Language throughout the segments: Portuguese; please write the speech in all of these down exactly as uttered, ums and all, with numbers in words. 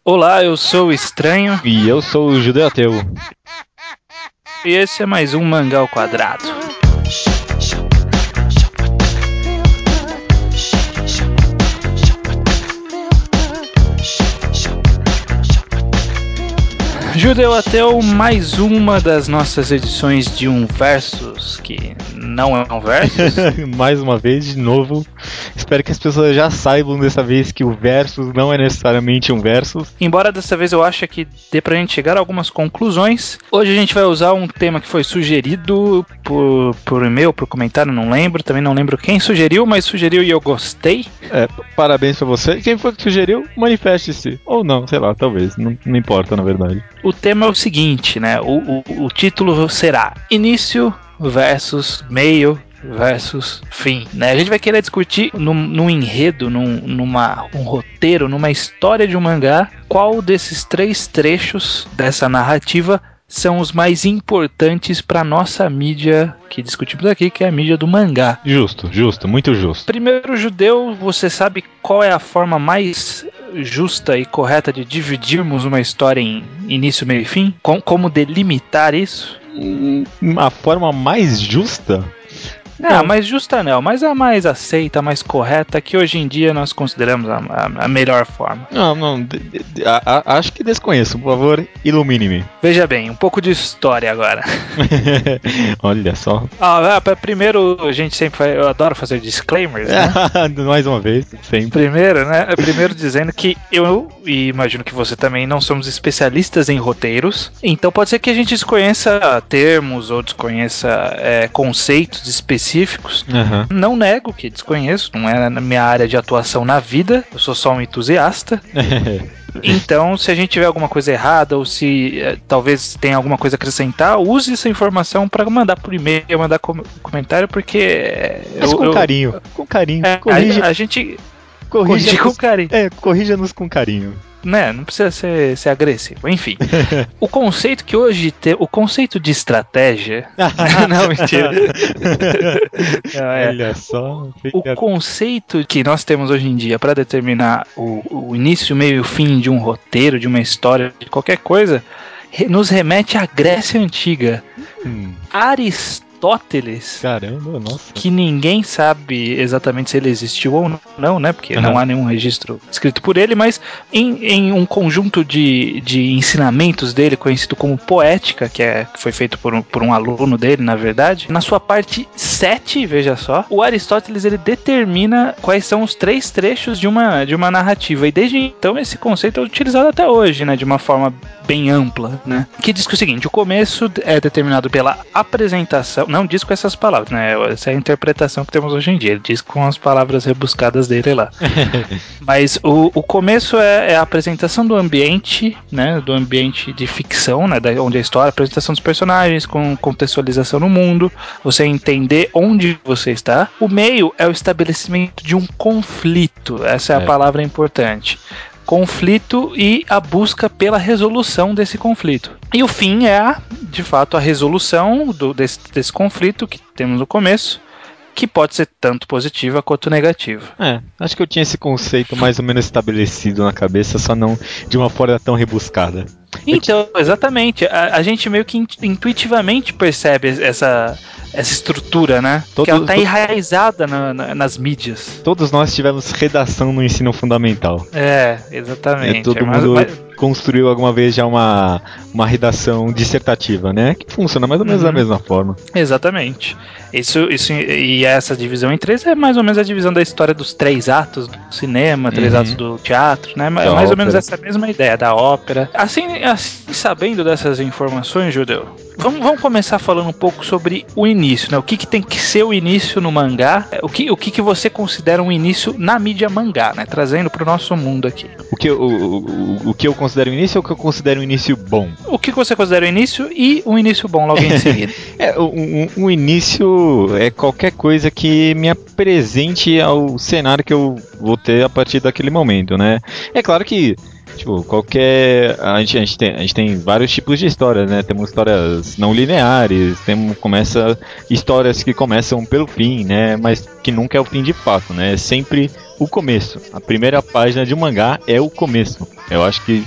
Olá, eu sou o Estranho. E eu sou o Judeu Ateu. E esse é mais um Mangá ao Quadrado. Judeu Ateu, mais uma das nossas edições de um Versus, que não é um Versus. Mais uma vez, de novo. Espero que as pessoas já saibam dessa vez que o Versus não é necessariamente um Versus. Embora dessa vez eu ache que dê pra gente chegar a algumas conclusões, hoje a gente vai usar um tema que foi sugerido por, por e-mail, por comentário, não lembro. Também não lembro quem sugeriu, mas sugeriu e eu gostei. É, parabéns pra você. Quem foi que sugeriu, manifeste-se. Ou não, sei lá, talvez. Não, não importa, na verdade. O tema é o seguinte, né? O, o, o título será Início versus Meio versus Fim, né? A gente vai querer discutir num, num enredo, num numa, um roteiro, numa história de um mangá, qual desses três trechos dessa narrativa são os mais importantes para nossa mídia que discutimos aqui, que é a mídia do mangá. Justo, justo, muito justo. Primeiro, Judeu, você sabe qual é a forma mais justa e correta de dividirmos uma história em início, meio e fim? Com, como delimitar isso? A forma mais justa? Não, a mais justa não, mas a mais aceita, a mais correta, que hoje em dia nós consideramos a, a, a melhor forma. Não, não, de, de, de, a, a, acho que desconheço, por favor, ilumine-me. Veja bem, um pouco de história agora. Olha só. Ah, primeiro, a gente sempre faz, eu adoro fazer disclaimers, né? Mais uma vez, sempre. Primeiro, né? Primeiro dizendo que eu, e imagino que você também, não somos especialistas em roteiros, então pode ser que a gente desconheça termos ou desconheça é, conceitos específicos. Uhum. Não nego que desconheço, não é na minha área de atuação na vida, eu sou só um entusiasta. Então, se a gente tiver alguma coisa errada ou se eh, talvez tenha alguma coisa a acrescentar, use essa informação para mandar por e-mail, mandar com- comentário, porque Mas eu, com eu, carinho, com carinho. É, corrige, a, a gente corrige corrige com carinho. É, corrija-nos com carinho. Né, não precisa ser, ser agressivo. Enfim, o conceito que hoje tem, o conceito de estratégia. Não, mentira. Não, é. Olha só. O conceito que nós temos hoje em dia para determinar o, o início, meio e o fim de um roteiro, de uma história, de qualquer coisa, re- nos remete à Grécia Antiga. Hum, Aristóteles, caramba, nossa. que ninguém sabe exatamente se ele existiu ou não, né? Porque Uhum. não há nenhum registro escrito por ele, mas em, em um conjunto de, de ensinamentos dele, conhecido como Poética, que, é, que foi feito por um, por um aluno dele, na verdade, na sua parte sete, veja só, o Aristóteles ele determina quais são os três trechos de uma, de uma narrativa, e desde então esse conceito é utilizado até hoje, né? De uma forma bem ampla, né? Que diz que é o seguinte: o começo é determinado pela apresentação, não diz com essas palavras, né? Essa é a interpretação que temos hoje em dia, ele diz com as palavras rebuscadas dele lá. Mas o, o começo é, é a apresentação do ambiente, né? Do ambiente de ficção, né? Da, onde a história, a apresentação dos personagens, com contextualização no mundo, você entender onde você está. O meio é o estabelecimento de um conflito, essa é a É. palavra importante. Conflito e a busca pela resolução desse conflito. E o fim é, a, de fato, a resolução do, desse, desse conflito que temos no começo, que pode ser tanto positiva quanto negativa. É, acho que eu tinha esse conceito mais ou menos estabelecido na cabeça, só não de uma forma tão rebuscada. Então, exatamente, a, a gente meio que intuitivamente percebe essa, essa estrutura, né? Todo, que ela está to... enraizada na, na, nas mídias. Todos nós tivemos redação no ensino fundamental. É, exatamente. É, todo é, mas, mundo mas... construiu alguma vez já uma, uma redação dissertativa, né? Que funciona mais ou menos uhum. da mesma forma. Exatamente. Isso, isso, e essa divisão em três é mais ou menos a divisão da história dos três atos do cinema, três uhum. atos do teatro, né? Mais ópera. ou menos essa mesma ideia da ópera. Assim, assim sabendo dessas informações, Judeu, vamos, vamos começar falando um pouco sobre o início, né? O que, que tem que ser o início no mangá? O que, o que, que você considera um início na mídia mangá, né? Trazendo para o nosso mundo aqui. O que, eu, o, o, o que eu considero um início ou o que eu considero um início bom? O que você considera um início e um início bom logo em seguida? É, um, um início é qualquer coisa que me apresente ao cenário que eu vou ter a partir daquele momento, né? É claro que, tipo, qualquer... A gente, a gente, tem, a gente tem vários tipos de histórias, né? Temos histórias não lineares, temos, começa, histórias que começam pelo fim, né? Mas que nunca é o fim de fato, né? É sempre o começo. A primeira página de um mangá é o começo. Eu acho que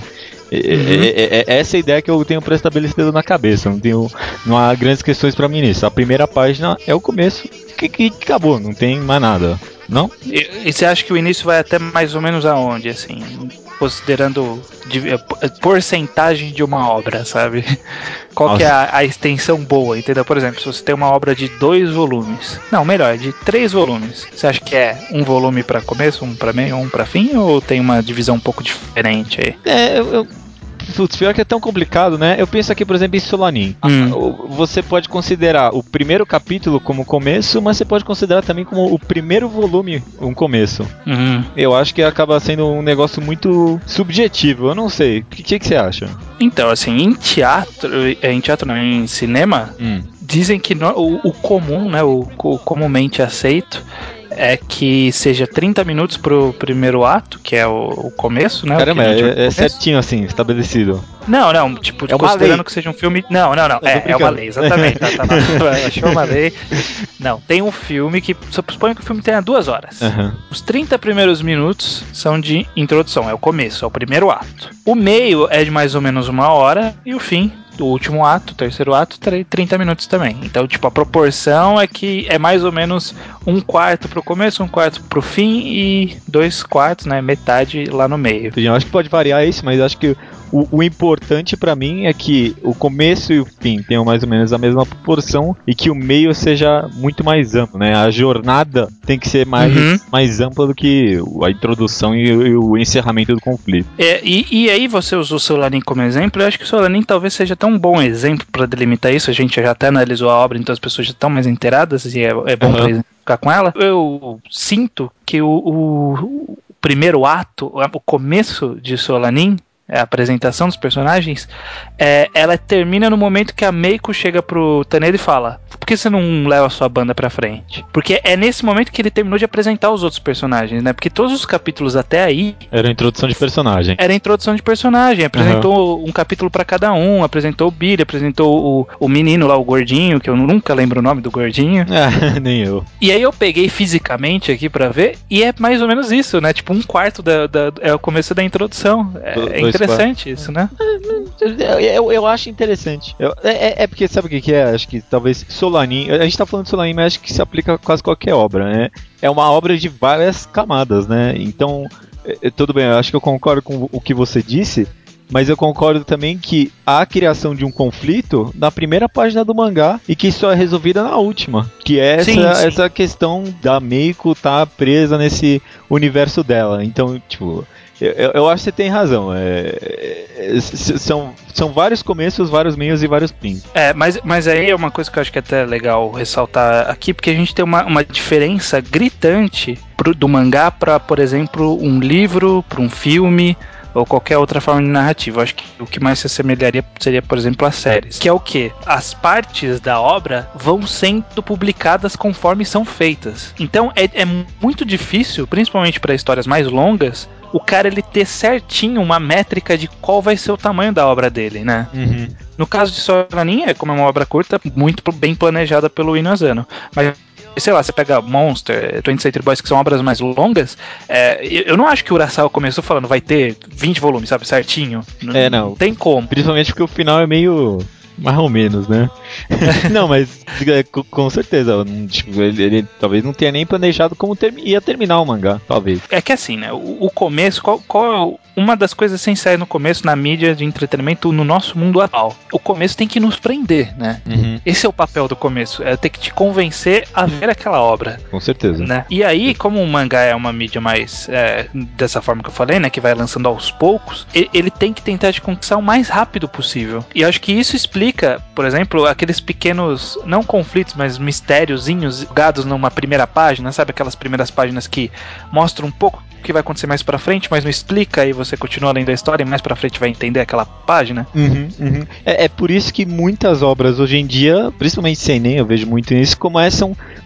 É, é, é, é essa ideia que eu tenho pré-estabelecido na cabeça. Não, tenho, não há grandes questões pra mim nisso. A primeira página é o começo que, que, que acabou, não tem mais nada. Não? E, e você acha que o início vai até mais ou menos aonde, assim, considerando de, porcentagem de uma obra, sabe? Qual Nossa. que é a, a extensão boa, entendeu? Por exemplo, se você tem uma obra de dois volumes, não, melhor, de três volumes, você acha que é um volume pra começo, um pra meio, um pra fim, ou tem uma divisão um pouco diferente aí? É, eu... eu... Putz, pior que é tão complicado, né? Eu penso aqui, por exemplo, em Solanin. Hum. Você pode considerar o primeiro capítulo como começo, mas você pode considerar também como o primeiro volume um começo. Uhum. Eu acho que acaba sendo um negócio muito subjetivo. Eu não sei. O que, que você acha? Então, assim, em teatro, em teatro não, em cinema, hum. dizem que no, o, o comum, né, o, o comumente aceito é que seja trinta minutos pro primeiro ato, que é o, o começo, né? Caramba, é, é certinho assim, estabelecido. Não, não, tipo, é considerando que seja um filme... Não, não, não, é, é uma lei, exatamente. tá, tá, tá, achou uma lei. Não, tem um filme que... Suponho que o filme tenha duas horas. Uhum. Os trinta primeiros minutos são de introdução, é o começo, é o primeiro ato. O meio é de mais ou menos uma hora e o fim... O último ato, o terceiro ato, trinta minutos também. Então, tipo, a proporção é que é mais ou menos um quarto pro começo, um quarto pro fim e dois quartos, né? Metade lá no meio. Eu acho que pode variar isso, mas acho que o, o importante pra mim é que o começo e o fim tenham mais ou menos a mesma proporção e que o meio seja muito mais amplo, né? A jornada tem que ser mais, uhum. mais ampla do que a introdução e, e o encerramento do conflito. É, e, e aí você usou o Solanin como exemplo, eu acho que o Solanin talvez seja tão um bom exemplo para delimitar isso. A gente já até analisou a obra, então as pessoas já estão mais inteiradas e é, é bom uhum. para ficar com ela. Eu sinto que o, o, o primeiro ato, o começo de Solanin, a apresentação dos personagens, é, ela termina no momento que a Meiko chega pro Taneda e fala: por que você não leva a sua banda pra frente? Porque é nesse momento que ele terminou de apresentar os outros personagens, né? Porque todos os capítulos até aí... Era a introdução de personagem. Era a introdução de personagem. Apresentou uhum. um capítulo pra cada um, apresentou o Billy, apresentou o, o menino lá, o gordinho, que eu nunca lembro o nome do gordinho. Ah, nem eu. E aí eu peguei fisicamente aqui pra ver, e é mais ou menos isso, né? Tipo, um quarto da, da, é o começo da introdução. É, do, é interessante isso, né? Eu, eu, eu acho interessante. Eu, é, é porque sabe o que, que é? Acho que talvez Solanin... A gente tá falando de Solanin, mas acho que se aplica a quase qualquer obra, né? É uma obra de várias camadas, né? Então, é, tudo bem, eu acho que eu concordo com o que você disse, mas eu concordo também que há a criação de um conflito na primeira página do mangá e que isso é resolvida na última. Que é essa, sim, sim. essa questão da Meiko estar tá presa nesse universo dela. Então, tipo... Eu, eu acho que você tem razão. É, é, são, são vários começos, vários meios e vários fins. É, mas, mas aí é uma coisa que eu acho que é até legal ressaltar aqui, porque a gente tem uma, uma diferença gritante pro, do mangá para, por exemplo, um livro, para um filme ou qualquer outra forma de narrativa. Eu acho que o que mais se assemelharia seria, por exemplo, as séries. Que é o quê? As partes da obra vão sendo publicadas conforme são feitas. Então é, é muito difícil, principalmente para histórias mais longas, o cara ele ter certinho uma métrica de qual vai ser o tamanho da obra dele, né? Uhum. No caso de Solanin, é como é uma obra curta, muito bem planejada pelo Inu Asano. Mas sei lá, você pega Monster, vinte Century Boys, que são obras mais longas, é, eu não acho que o Urasawa começou falando vai ter vinte volumes, sabe, certinho. É, não. Não tem como. Principalmente porque o final é meio... mais ou menos, né? Não, mas com certeza, tipo, ele, ele talvez não tenha nem planejado como ter, ia terminar o mangá, talvez. É que assim, né? O, o começo, qual, qual uma das coisas essenciais no começo na mídia de entretenimento no nosso mundo atual? O começo tem que nos prender, né? Uhum. Esse é o papel do começo, é ter que te convencer a ver aquela obra. Com certeza. Né? E aí, como o mangá é uma mídia mais é, dessa forma que eu falei, né? Que vai lançando aos poucos, ele, ele tem que tentar te conquistar o mais rápido possível. E eu acho que isso explica, por exemplo, aqueles pequenos, não conflitos, mas mistériozinhos jogados numa primeira página, sabe? Aquelas primeiras páginas que mostram um pouco o que vai acontecer mais pra frente, mas não explica e você continua lendo a história e mais pra frente vai entender aquela página. Uhum, uhum. É, é por isso que muitas obras hoje em dia, principalmente seinen, eu vejo muito isso, começam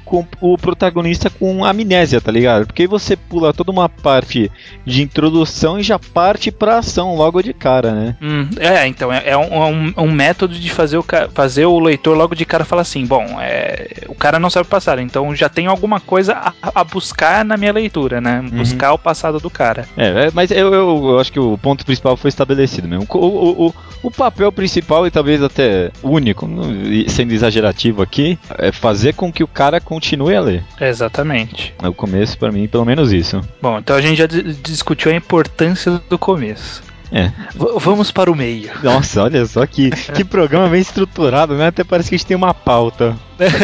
com o protagonista com amnésia, tá ligado? Porque aí você pula toda uma parte de introdução e já parte pra ação logo de cara, né? Hum, é, então, é, é um, um, um método de fazer o, fazer o leitor logo de cara falar assim, bom, é, o cara não sabe o passado, então já tem alguma coisa a, a buscar na minha leitura, né? Buscar uhum. o passado do cara. É, mas eu, eu, eu acho que o ponto principal foi estabelecido mesmo. O, o, o, o papel principal, e talvez até único, sendo exagerativo aqui, é fazer com que o cara continue a ler. Exatamente. É o começo, pra mim, pelo menos isso. Bom, então a gente já d- discutiu a importância do começo. É. V- vamos para o meio. Nossa, olha só que, que programa bem estruturado, né? Até parece que a gente tem uma pauta.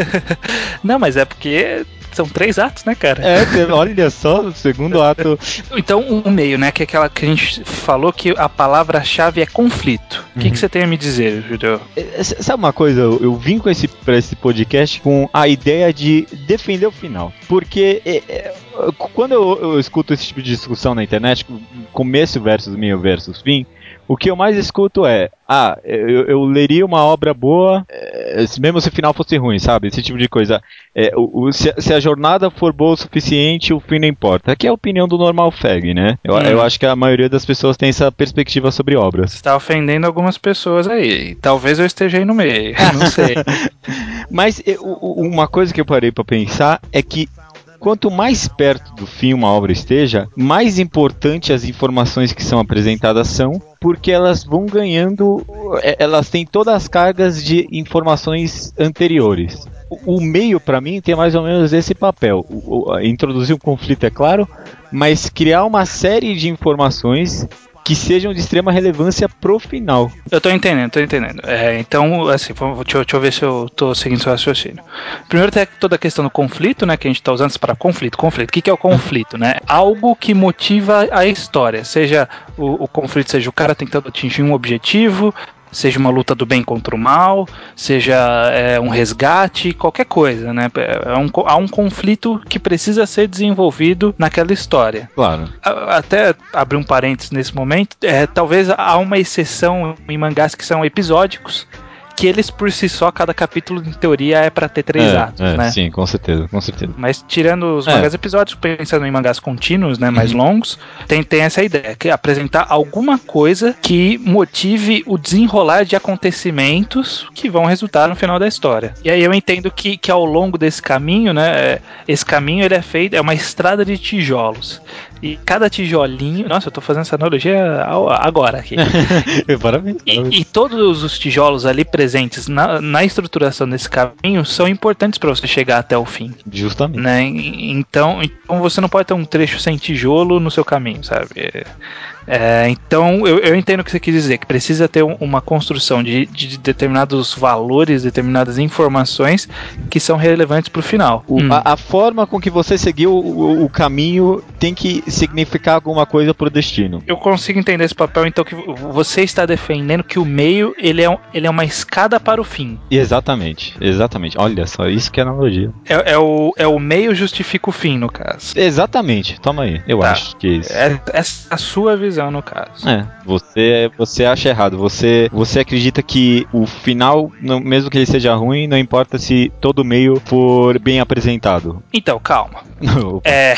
Não, mas é porque são três atos, né, cara? É, olha só, o segundo ato. Então, o meio, né? Que é aquela que a gente falou que a palavra-chave é conflito. O uhum. que, que você tem a me dizer, Judeu? Sabe uma coisa? Eu vim com esse, pra esse podcast com a ideia de defender o final. Porque é, é, quando eu, eu escuto esse tipo de discussão na internet, começo versus meio versus fim, o que eu mais escuto é, ah, eu, eu leria uma obra boa, é, mesmo se o final fosse ruim, sabe? Esse tipo de coisa. É, o, o, se, se a jornada for boa o suficiente, o fim não importa. Aqui é a opinião do normal fag, né? Eu, hum. eu acho que a maioria das pessoas tem essa perspectiva sobre obras. Você tá ofendendo algumas pessoas aí. Talvez eu esteja aí no meio, não sei. Mas eu, uma coisa que eu parei pra pensar é que quanto mais perto do fim uma obra esteja, mais importante as informações que são apresentadas são, porque elas vão ganhando, elas têm todas as cargas de informações anteriores. O meio, para mim, tem mais ou menos esse papel. O, o, introduzir um conflito, é claro, mas criar uma série de informações que sejam de extrema relevância pro final. Eu tô entendendo, tô entendendo. É, então, assim, deixa, deixa eu ver se eu tô seguindo seu raciocínio. Primeiro tem toda a questão do conflito, né, que a gente tá usando para conflito. Conflito, o que, que é o conflito, né? Algo que motiva a história, seja o, o conflito, seja o cara tentando atingir um objetivo, seja uma luta do bem contra o mal, seja é, um resgate, qualquer coisa, né? É um, há um conflito que precisa ser desenvolvido naquela história. Claro. Até abrir um parênteses nesse momento, é, talvez há uma exceção em mangás que são episódicos, que eles por si só, cada capítulo em teoria é pra ter três é, atos, é, né? Sim, com certeza, com certeza. Mas tirando os é. mangás episódicos, pensando em mangás contínuos, né, mais uhum. longos, tem, tem essa ideia, que é apresentar alguma coisa que motive o desenrolar de acontecimentos que vão resultar no final da história. E aí eu entendo que, que ao longo desse caminho, né, esse caminho ele é feito, é uma estrada de tijolos. E cada tijolinho... Nossa, eu tô fazendo essa analogia agora aqui. Parabéns, e, parabéns. e todos os tijolos ali presentes na, na estruturação desse caminho são importantes para você chegar até o fim. Justamente. Né? Então, então você não pode ter um trecho sem tijolo no seu caminho, sabe? É, então eu, eu entendo o que você quis dizer, que precisa ter um, uma construção de, de determinados valores, determinadas informações que são relevantes para o final. O, hum. a, a forma com que você seguiu o, o caminho tem que significar alguma coisa pro destino. Eu consigo entender esse papel, então, que você está defendendo que o meio ele é, ele é uma escada para o fim. Exatamente, exatamente. Olha só, isso que é analogia. É, é, o, é o meio justifica o fim, no caso. Exatamente, toma aí. Eu tá. acho que é isso. É, essa é a sua visão, no caso. É, você, você acha errado. Você, você acredita que o final, não, mesmo que ele seja ruim, não importa se todo o meio for bem apresentado. Então, calma. é,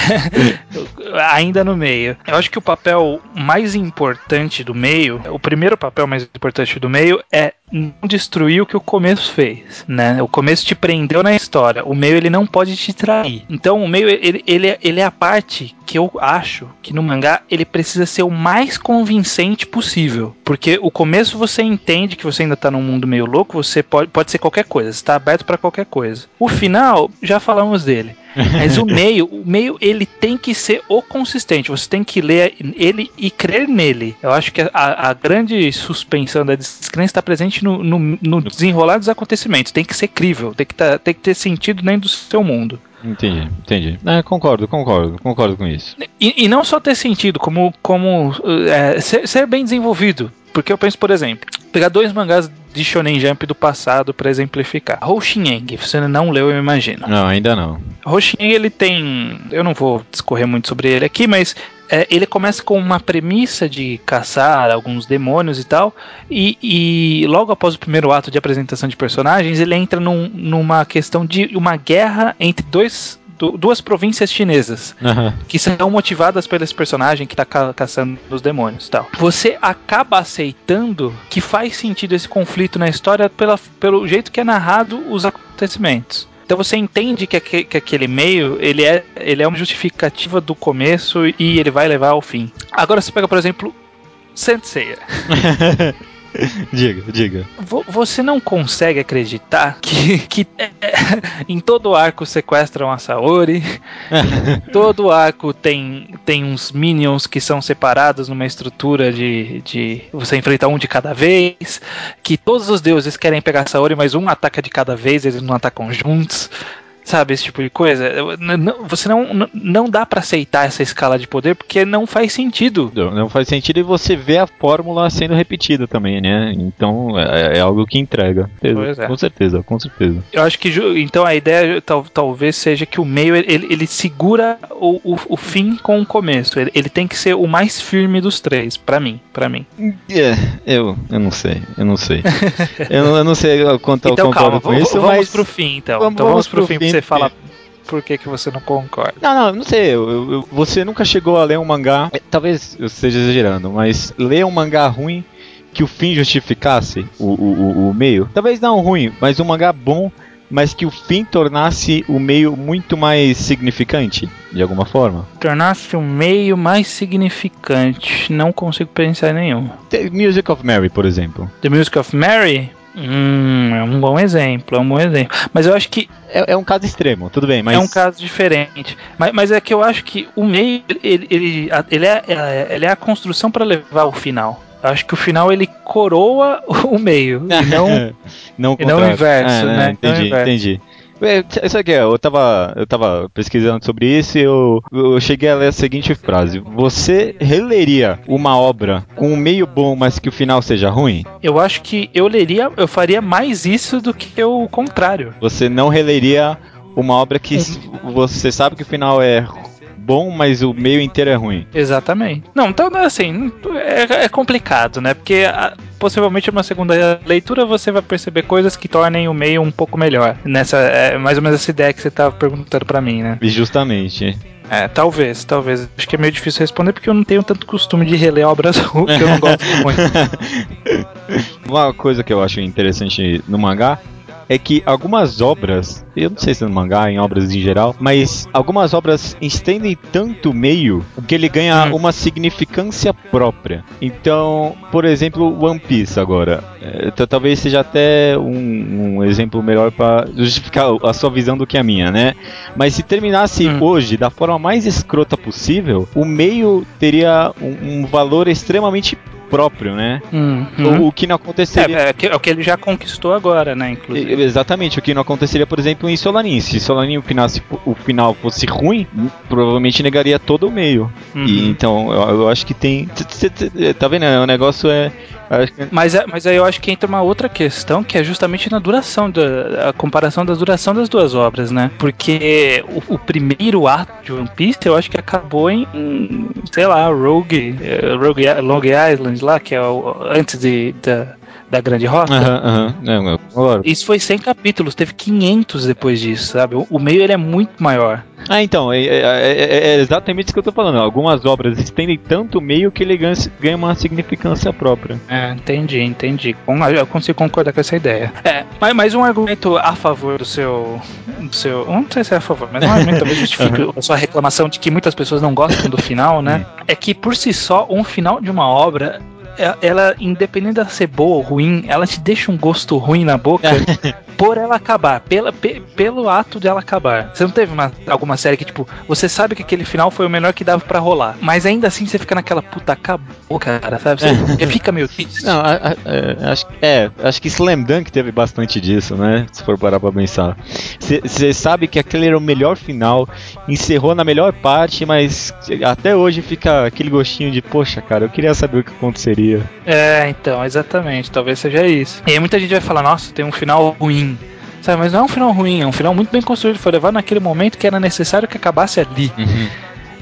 ainda no meio. Eu acho que o papel mais importante do meio, o primeiro papel mais importante do meio é não destruir o que o começo fez, né? O começo te prendeu na história, o meio ele não pode te trair. Então o meio ele, ele, ele é a parte que eu acho que no mangá ele precisa ser o mais convincente possível, porque o começo você entende que você ainda tá num mundo meio louco, você pode, pode ser qualquer coisa, você tá aberto para qualquer coisa. O final, já falamos dele. Mas o meio, o meio ele tem que ser o consistente. Você tem que ler ele e crer nele. Eu acho que a, a grande suspensão da descrença está presente no, no, no desenrolar dos acontecimentos. Tem que ser crível, tem que, tá, tem que ter sentido dentro do seu mundo. Entendi, entendi. É, concordo, concordo, concordo com isso. E, e não só ter sentido, como, como é, ser, ser bem desenvolvido. Porque eu penso, por exemplo, pegar dois mangás de Shonen Jump do passado para exemplificar. Hoshinyang, você não leu, eu imagino. Não, ainda não. Hoshinyang, ele tem... Eu não vou discorrer muito sobre ele aqui, mas é, ele começa com uma premissa de caçar alguns demônios e tal, e, e logo após o primeiro ato de apresentação de personagens, ele entra num, numa questão de uma guerra entre dois, du, duas províncias chinesas, uhum. que são motivadas por esse personagem que está ca- caçando os demônios e tal. Você acaba aceitando que faz sentido esse conflito na história pela, pelo jeito que é narrado os acontecimentos. Então você entende que, aquele, que aquele meio ele é, ele é uma justificativa do começo e ele vai levar ao fim. Agora você pega, por exemplo, Saint Seiya. Diga, diga. Você não consegue acreditar que, que é, em todo arco sequestram a Saori, todo arco tem, tem uns minions que são separados numa estrutura de, de você enfrentar um de cada vez, que todos os deuses querem pegar a Saori, mas um ataca de cada vez, eles não atacam juntos. Sabe, esse tipo de coisa. Você não, não dá pra aceitar essa escala de poder porque não faz sentido. Não, não faz sentido e você vê a fórmula sendo repetida também, né? Então é, é algo que entrega. Pois é. Com certeza, com certeza. Eu acho que então a ideia tal, talvez seja que o meio ele, ele segura o, o, o fim com o começo. Ele, ele tem que ser o mais firme dos três, pra mim. Pra mim. É, eu, eu não sei, eu não sei. eu, não, eu não sei quanto então, eu concordo calma, com v- isso, vamos mas... pro fim, então. Vamos, então vamos pro, pro fim, fim pra você falar por que, que você não concorda. Não, não, não sei. Eu, eu, você nunca chegou a ler um mangá, talvez eu esteja exagerando, mas ler um mangá ruim que o fim justificasse o, o, o, o meio? Talvez não ruim, mas um mangá bom, mas que o fim tornasse o meio muito mais significante, de alguma forma. Tornasse o meio mais significante. Não consigo pensar em nenhum. The Music of Mary, por exemplo. The Music of Mary? Hum, é um bom exemplo, é um bom exemplo. Mas eu acho que É, é um caso extremo, tudo bem, mas... É um caso diferente. Mas, mas é que eu acho que o meio, ele, ele, ele, é, ele é a construção para levar ao final. Eu acho que o final ele coroa o meio, e não, não, e não o inverso, é, né? Entendi, não inverso. entendi. Isso aqui, eu tava, eu tava pesquisando sobre isso e eu, eu cheguei a ler a seguinte frase: você releria uma obra com um meio bom, mas que o final seja ruim? Eu acho que eu leria, eu faria mais isso do que o contrário. Você não releria uma obra que hum. você sabe que o final é bom, mas o meio inteiro é ruim. Exatamente. Não, então assim, é, é complicado, né? Porque a, possivelmente numa segunda leitura você vai perceber coisas que tornem o meio um pouco melhor. Nessa, é mais ou menos essa ideia que você estava perguntando pra mim, né? Justamente. É, talvez, talvez. Acho que é meio difícil responder porque eu não tenho tanto costume de reler obras que eu não gosto muito. Uma coisa que eu acho interessante no mangá é que algumas obras, eu não sei se é no mangá, em obras em geral, mas algumas obras estendem tanto o meio que ele ganha hum. uma significância própria. Então, por exemplo, One Piece agora. É, talvez seja até um, um exemplo melhor para justificar a sua visão do que a minha, né? Mas se terminasse hum. hoje da forma mais escrota possível, o meio teria um, um valor extremamente próprio, né? Hum, hum. O, o que não aconteceria... É, é, é o que ele já conquistou agora, né, inclusive. Exatamente, o que não aconteceria, por exemplo, em Solanin. Se Solanin o final, se o final fosse ruim, provavelmente negaria todo o meio. Uhum. E, então, eu, eu acho que tem... Tá vendo? O negócio é... Que... Mas, mas aí eu acho que entra uma outra questão, que é justamente na duração, da, a comparação da duração das duas obras, né? Porque o, o primeiro ato de One Piece, eu acho que acabou em, sei lá, Rogue, Rogue Long Island lá, que é o, antes de, da, da Grande Rota. Aham, aham. Claro. Isso foi cem capítulos, teve quinhentos depois disso, sabe? O, o meio ele é muito maior. Ah, então, é, é, é, é exatamente isso que eu tô falando. Algumas obras estendem tanto o meio que ele ganha, ganha uma significância própria. É, entendi, entendi. Eu consigo concordar com essa ideia. É, mas, mas um argumento a favor do seu... Do seu não sei se é a favor, mas um argumento talvez justifique uhum. a sua reclamação de que muitas pessoas não gostam do final, né? É que por si só, um final de uma obra... ela, independente de ser boa ou ruim, ela te deixa um gosto ruim na boca por ela acabar, pela, pe, pelo ato dela acabar. Você não teve uma, alguma série que, tipo, você sabe que aquele final foi o melhor que dava pra rolar, mas ainda assim você fica naquela puta, acabou, cara, sabe? Você fica meio triste. Não, a, a, a, acho, é, acho que Slam Dunk teve bastante disso, né? Se for parar pra pensar. Você sabe que aquele era o melhor final, encerrou na melhor parte, mas até hoje fica aquele gostinho de, poxa, cara, eu queria saber o que aconteceria. É, então, exatamente, talvez seja isso. E aí muita gente vai falar, nossa, tem um final ruim, sabe, mas não é um final ruim, é um final muito bem construído, foi levado naquele momento que era necessário que acabasse ali. Uhum.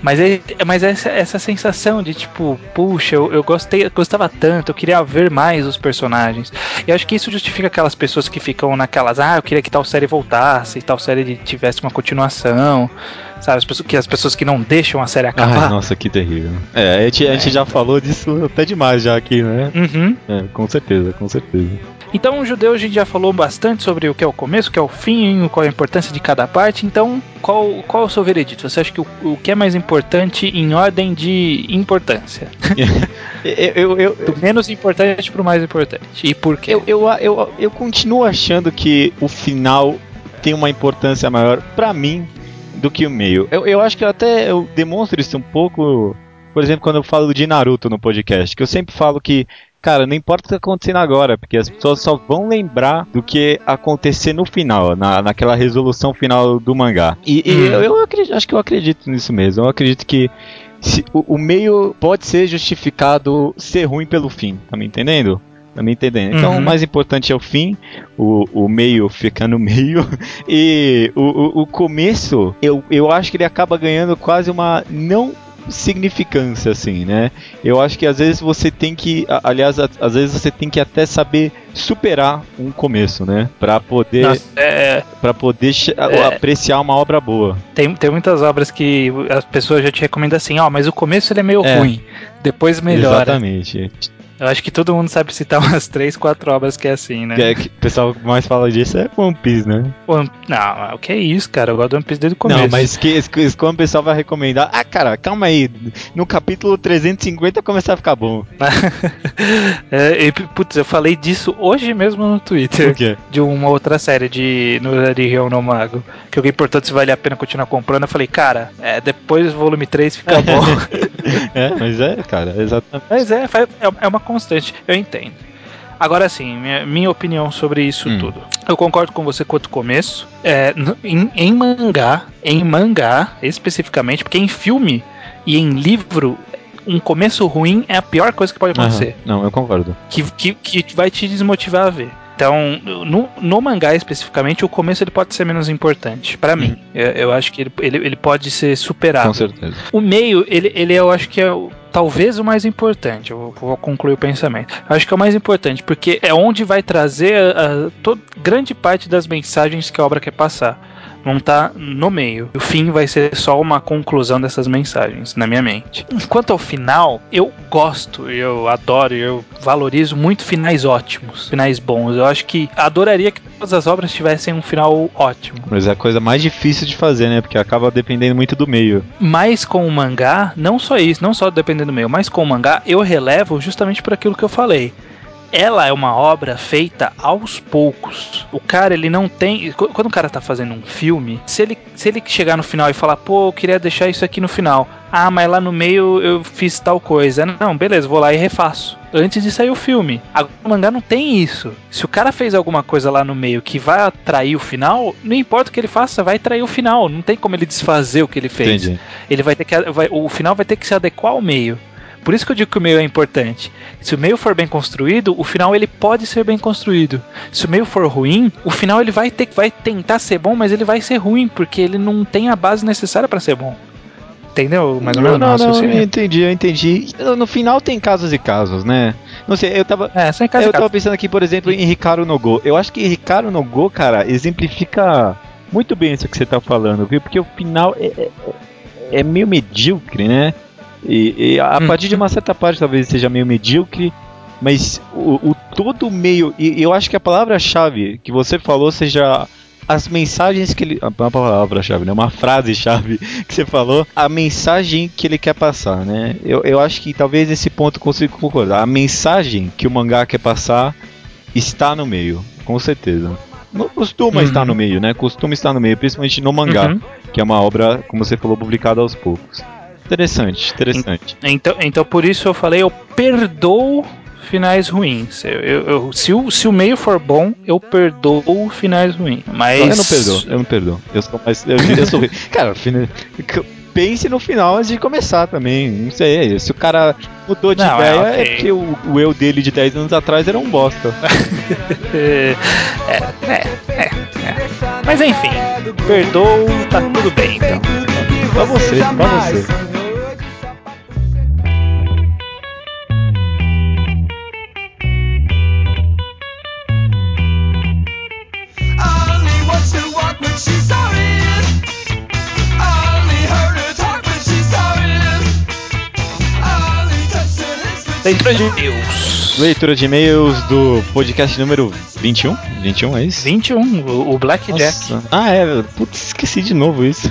Mas, é, mas essa, essa sensação de tipo, puxa, eu, eu gostei, eu gostava tanto, eu queria ver mais os personagens. E eu acho que isso justifica aquelas pessoas que ficam naquelas, ah, eu queria que tal série voltasse, tal série tivesse uma continuação, sabe? As pessoas que, as pessoas que não deixam a série acabar. Ai, nossa, que terrível. É, a gente, a gente é. já falou disso até demais já aqui, né? Uhum. É, com certeza, com certeza. Então, o Judeu, a gente já falou bastante sobre o que é o começo, o que é o fim, qual é a importância de cada parte. Então, qual, qual é o seu veredito? Você acha que o, o que é mais importante em ordem de importância? eu, eu, eu, Do menos importante pro mais importante. E por quê? Eu, eu, eu, eu continuo achando que o final tem uma importância maior pra mim do que o meio. Eu, eu acho que eu até eu demonstro isso um pouco, por exemplo, quando eu falo de Naruto no podcast, que eu sempre falo que, cara, não importa o que está acontecendo agora, porque as pessoas só vão lembrar do que acontecer no final, na, naquela resolução final do mangá. E, hum. e eu, eu acredito, acho que eu acredito nisso mesmo. Eu acredito que se, o, o meio pode ser justificado ser ruim pelo fim, tá me entendendo? Tá me entendendo? Então, uhum. o mais importante é o fim, o, o meio fica no meio, e o, o, o começo, eu, eu acho que ele acaba ganhando quase uma não significância, assim, né? Eu acho que às vezes você tem que, aliás, às vezes você tem que até saber superar um começo, né? Pra poder, Nossa, é, pra poder é, apreciar uma obra boa. Tem, tem muitas obras que as pessoas já te recomendam assim, ó, oh, mas o começo ele é meio é. ruim, depois melhora. Exatamente. Eu acho que todo mundo sabe citar umas três, quatro obras que é assim, né? Que, que o pessoal mais fala disso é One Piece, né? One... Não, o que é isso, cara? Eu gosto do One Piece desde o começo. Não, mas que, que, quando o pessoal vai recomendar... Ah, cara, calma aí. No capítulo trezentos e cinquenta começar a ficar bom. é, e, putz, eu falei disso hoje mesmo no Twitter. O quê? De uma outra série de Noririhyo no Mago. Que o que é importante se vale a pena continuar comprando. Eu falei, cara, é, depois do volume três fica bom. É, mas é, cara, exatamente. Mas é, é uma constante, eu entendo. Agora sim, minha, minha opinião sobre isso hum. tudo. Eu concordo com você quanto ao começo. É, em, em mangá, em mangá especificamente, porque em filme e em livro, um começo ruim é a pior coisa que pode acontecer. Uhum. Não, eu concordo. Que, que, que vai te desmotivar a ver. Então, no, no mangá especificamente, o começo ele pode ser menos importante, pra mim. Eu, eu acho que ele, ele, ele pode ser superado. Com certeza. O meio, ele, ele eu acho que é o, talvez o mais importante. Eu vou, vou concluir o pensamento. Eu acho que é o mais importante, porque é onde vai trazer a, a, toda, grande parte das mensagens que a obra quer passar. Vão estar no meio. O fim vai ser só uma conclusão dessas mensagens, na minha mente. Quanto ao final, eu gosto, eu adoro, eu valorizo muito finais ótimos, finais bons. Eu acho que adoraria que todas as obras tivessem um final ótimo. Mas é a coisa mais difícil de fazer, né? Porque acaba dependendo muito do meio. Mas com o mangá, não só isso, não só dependendo do meio, mas com o mangá, eu relevo justamente por aquilo que eu falei. Ela é uma obra feita aos poucos. O cara, ele não tem... Quando o cara tá fazendo um filme, se ele, se ele chegar no final e falar, pô, eu queria deixar isso aqui no final. Ah, mas lá no meio eu fiz tal coisa. Não, beleza, vou lá e refaço. Antes de sair o filme. Agora, o mangá não tem isso. Se o cara fez alguma coisa lá no meio que vai atrair o final, não importa o que ele faça, vai atrair o final. Não tem como ele desfazer o que ele fez. Entendi. Ele vai ter que... Vai, o final vai ter que se adequar ao meio. Por isso que eu digo que o meio é importante. Se o meio for bem construído, o final ele pode ser bem construído. Se o meio for ruim, o final ele vai ter, vai tentar ser bom, mas ele vai ser ruim, porque ele não tem a base necessária para ser bom. Entendeu? Mais ou menos. Não, não, não, eu entendi, eu entendi. No final tem casos e casos, né? Não sei, eu tava. É, sem caso eu e tava caso. pensando aqui, por exemplo, em Hikaru no Go. Eu acho que Hikaru no Go, cara, exemplifica muito bem isso que você tá falando, viu? Porque o final é, é, é meio medíocre, né? E, e a hum. partir de uma certa parte talvez seja meio medíocre, mas o, o todo meio... E eu acho que a palavra-chave que você falou seja as mensagens que ele... Uma palavra-chave, né? Uma frase-chave que você falou. A mensagem que ele quer passar, né? Eu, eu acho que talvez nesse ponto eu consiga concordar. A mensagem que o mangá quer passar está no meio, com certeza. Não costuma uhum. estar no meio, né? Costuma estar no meio, principalmente no mangá, uhum. que é uma obra, como você falou, publicada aos poucos. Interessante, interessante. Então, então por isso eu falei, eu perdoo finais ruins. Eu, eu, eu, se, o, se o meio for bom, eu perdoo finais ruins. Mas não, eu não perdoo, eu não perdoo. Eu sou mais. Eu, eu sou. Cara, pense no final antes de começar também. Não sei. Se o cara mudou de não, ideia, é, okay. é porque o, o eu dele de dez anos atrás era um bosta. é, é, é, é. Mas enfim, perdoo, tá tudo bem então. Pra você, pra você. Leitura de e-mails. Leitura de e-mails do podcast número vinte e um? vinte e um, é isso? vinte e um, o, o Blackjack. Ah, é. Putz, esqueci de novo isso.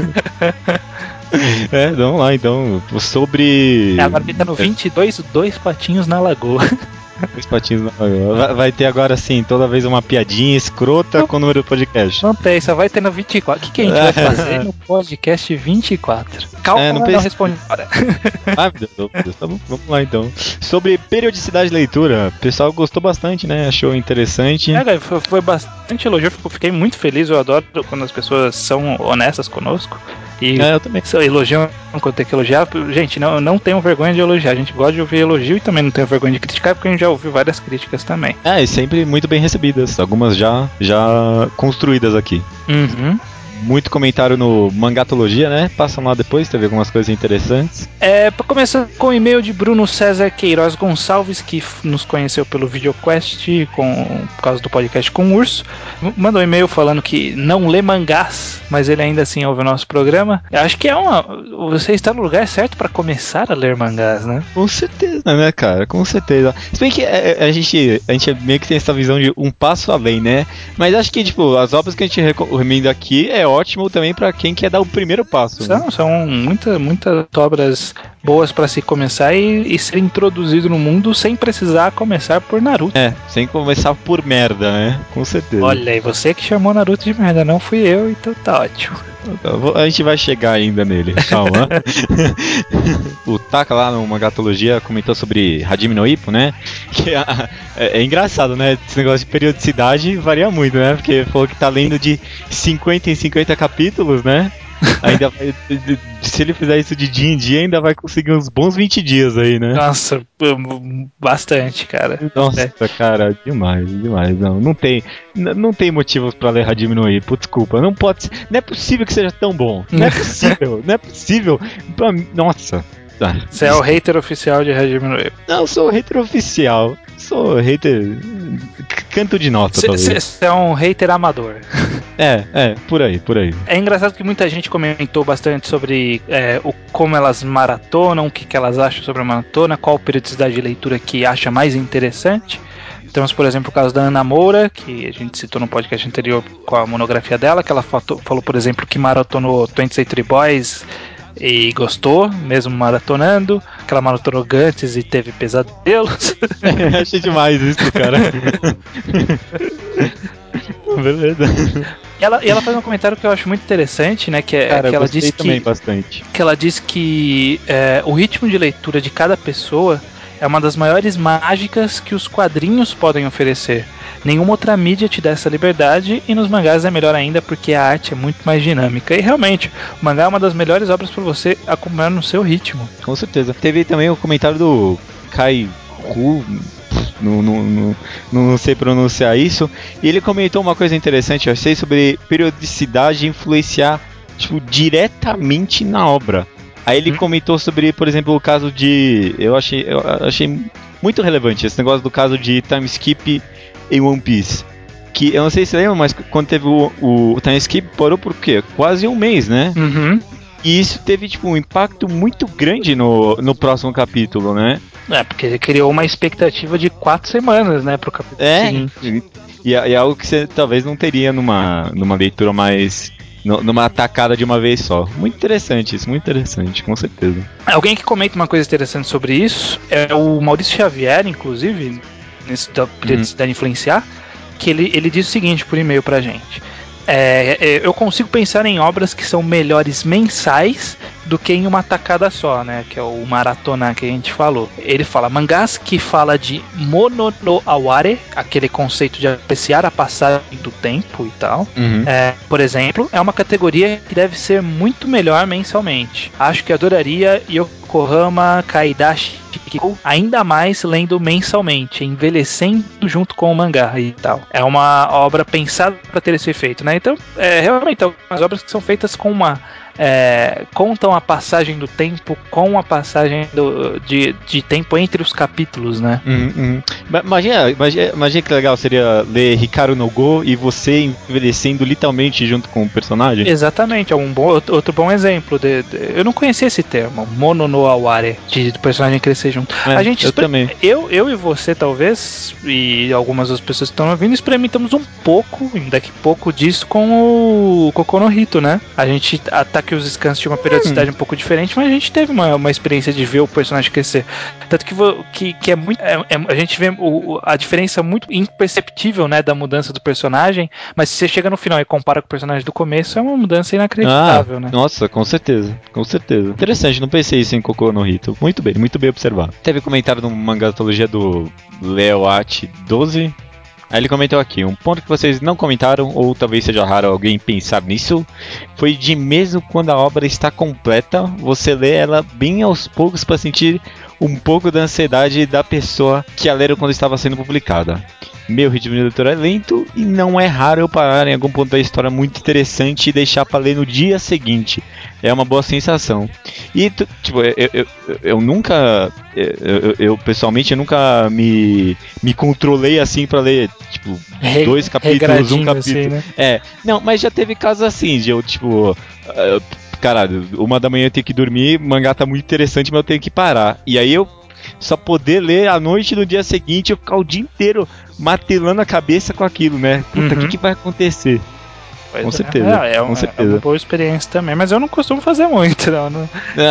É, vamos lá então. Sobre. É, agora ele tá no vinte e dois, dois patinhos na lagoa. Dois patinhos na lagoa. Vai, vai ter agora sim, toda vez uma piadinha escrota não, com o número do podcast. Não tem, só vai ter no vinte e quatro. O que, que a gente vai fazer no podcast vinte e quatro? Calma, é, não, não responde agora. Ah, meu Deus, meu Deus. Tá bom, vamos lá então. Sobre periodicidade de leitura, o pessoal gostou bastante, né? Achou interessante. É, foi, foi bastante elogio, fiquei muito feliz. Eu adoro quando as pessoas são honestas conosco. E é, eu também. Elogiam quando tem que elogiar. Gente, não, não tenham vergonha de elogiar. A gente gosta de ouvir elogio e também não tenho vergonha de criticar, porque a gente já ouviu várias críticas também. É, e sempre muito bem recebidas. Algumas já, já construídas aqui. Uhum. Muito comentário no Mangatologia, né? Passam lá depois, teve algumas coisas interessantes. É, para começar com o e-mail de Bruno César Queiroz Gonçalves, que f- nos conheceu pelo VideoQuest com, por causa do podcast com o Urso. Mandou um e-mail falando que não lê mangás, mas ele ainda assim ouve o nosso programa. Eu acho que é uma. Você está no lugar certo para começar a ler mangás, né? Com certeza, né, cara? Com certeza. Se bem que a, a, gente, a gente meio que tem essa visão de um passo além, né? Mas acho que, tipo, as obras que a gente recomenda aqui é ótimo também pra quem quer dar o primeiro passo. São, né? são muita, muitas obras boas pra se começar e, e ser introduzido no mundo sem precisar começar por Naruto. É, sem começar por merda, né? Com certeza. Olha aí, você que chamou Naruto de merda, não fui eu, então tá ótimo. A gente vai chegar ainda nele, calma. O Taka lá no Mangatologia comentou sobre Hajime no Ippo, né? Que é, é, é engraçado, né? Esse negócio de periodicidade varia muito, né? Porque falou que tá lendo de cinquenta em cinquenta capítulos, né? Ainda vai, se ele fizer isso de dia em dia, ainda vai conseguir uns bons vinte dias aí, né? Nossa, bastante, cara. Nossa, é. cara, demais, demais. Não, não tem, não tem motivos pra ler Hajime no Ippo, desculpa. Não pode ser, não é possível que seja tão bom. Não é possível, não é possível. Pra, nossa. Você é o hater oficial de Hajime no Ippo. Não, eu sou o hater oficial. Sou hater. Canto de nota, cê, talvez. Você é um hater amador. É, é, por aí, por aí. É engraçado que muita gente comentou bastante sobre é, o, como elas maratonam, o que, que elas acham sobre a maratona, qual periodicidade de leitura que acha mais interessante. Temos, por exemplo, o caso da Ana Moura, que a gente citou no podcast anterior com a monografia dela, que ela falou, falou por exemplo, que maratonou vinte Century Boys e gostou, mesmo maratonando, que ela maratonou Gantz e teve pesadelos. É, achei demais isso, cara. Beleza. E ela, e ela faz um comentário que eu acho muito interessante, né? Que, é, cara, que ela diz também que, bastante. que ela diz que é, o ritmo de leitura de cada pessoa é uma das maiores mágicas que os quadrinhos podem oferecer. Nenhuma outra mídia te dá essa liberdade e nos mangás é melhor ainda porque a arte é muito mais dinâmica. E realmente, o mangá é uma das melhores obras para você acompanhar no seu ritmo. Com certeza. Teve também o comentário do Kai Hu, não, não, não, não sei pronunciar isso, e ele comentou uma coisa interessante, eu achei, sobre periodicidade influenciar tipo, diretamente na obra. Aí ele hum. comentou sobre, por exemplo, o caso de... Eu achei, eu achei muito relevante esse negócio do caso de time skip em One Piece. Que eu não sei se você lembra, mas quando teve o, o time skip, parou por quê? Quase um mês, né? Uhum. E isso teve tipo, um impacto muito grande no, no próximo capítulo, né? É, porque ele criou uma expectativa de quatro semanas, né, pro capítulo é, seguinte. E, e é algo que você talvez não teria numa, numa leitura mais... numa atacada de uma vez só. Muito interessante isso, muito interessante, com certeza. Alguém que comenta uma coisa interessante sobre isso é o Maurício Xavier, inclusive, nesse da periodicidade uhum. influenciar, que ele, ele diz o seguinte por e-mail pra gente. É, é, eu consigo pensar em obras que são melhores mensais do que em uma tacada só, né? Que é o maratona que a gente falou. Ele fala, mangás que fala de mono no aware, aquele conceito de apreciar a passagem do tempo e tal. Uhum. É, por exemplo, é uma categoria que deve ser muito melhor mensalmente. Acho que adoraria Yokohama Kaidashi ainda mais lendo mensalmente, envelhecendo junto com o mangá e tal. É uma obra pensada para ter esse efeito, né? Então, é, realmente, algumas obras que são feitas com uma é, contam a passagem do tempo com a passagem do, de, de tempo entre os capítulos, né? Uhum, uhum. Imagina, imagina, imagina que legal seria ler Hikaru no Go e você envelhecendo literalmente junto com o personagem. Exatamente, é um bom, outro bom exemplo. De, de, eu não conhecia esse termo, mono no aware, de, de personagem crescer junto. É, a gente eu também. Eu, eu e você, talvez, e algumas das pessoas que estão ouvindo, experimentamos um pouco, daqui a pouco disso, com o Koku no Hito, né? A gente, até que os scans tinham uma periodicidade hum. um pouco diferente, mas a gente teve uma, uma experiência de ver o personagem crescer. Tanto que, que, que é muito. É, é, a gente vê o, a diferença muito imperceptível, né, da mudança do personagem, mas se você chega no final e compara com o personagem do começo, é uma mudança inacreditável, ah, né? Nossa, com certeza, com certeza. Interessante, não pensei isso em Koku no Hito. Muito bem, muito bem observado. Teve comentário no Mangatologia do Leoat doze. Aí ele comentou aqui, um ponto que vocês não comentaram, ou talvez seja raro alguém pensar nisso, foi de mesmo quando a obra está completa, você lê ela bem aos poucos para sentir um pouco da ansiedade da pessoa que a leram quando estava sendo publicada. Meu ritmo de leitura é lento e não é raro eu parar em algum ponto da história muito interessante e deixar para ler no dia seguinte. É uma boa sensação. E, tipo, eu, eu, eu nunca... Eu, eu, eu, pessoalmente, eu nunca me, me controlei assim para ler, tipo, dois capítulos, um capítulo. Assim, né? É, não, mas já teve casos assim, de eu, tipo... Uh, caralho, uma da manhã eu tenho que dormir, o mangá tá muito interessante, mas eu tenho que parar. E aí eu só poder ler à noite no dia seguinte, eu ficar o dia inteiro martelando a cabeça com aquilo, né? Puta, o uhum. que, que vai acontecer? Pois com é. certeza, É, é, com um, certeza. É uma boa experiência também, mas eu não costumo fazer muito, não. não.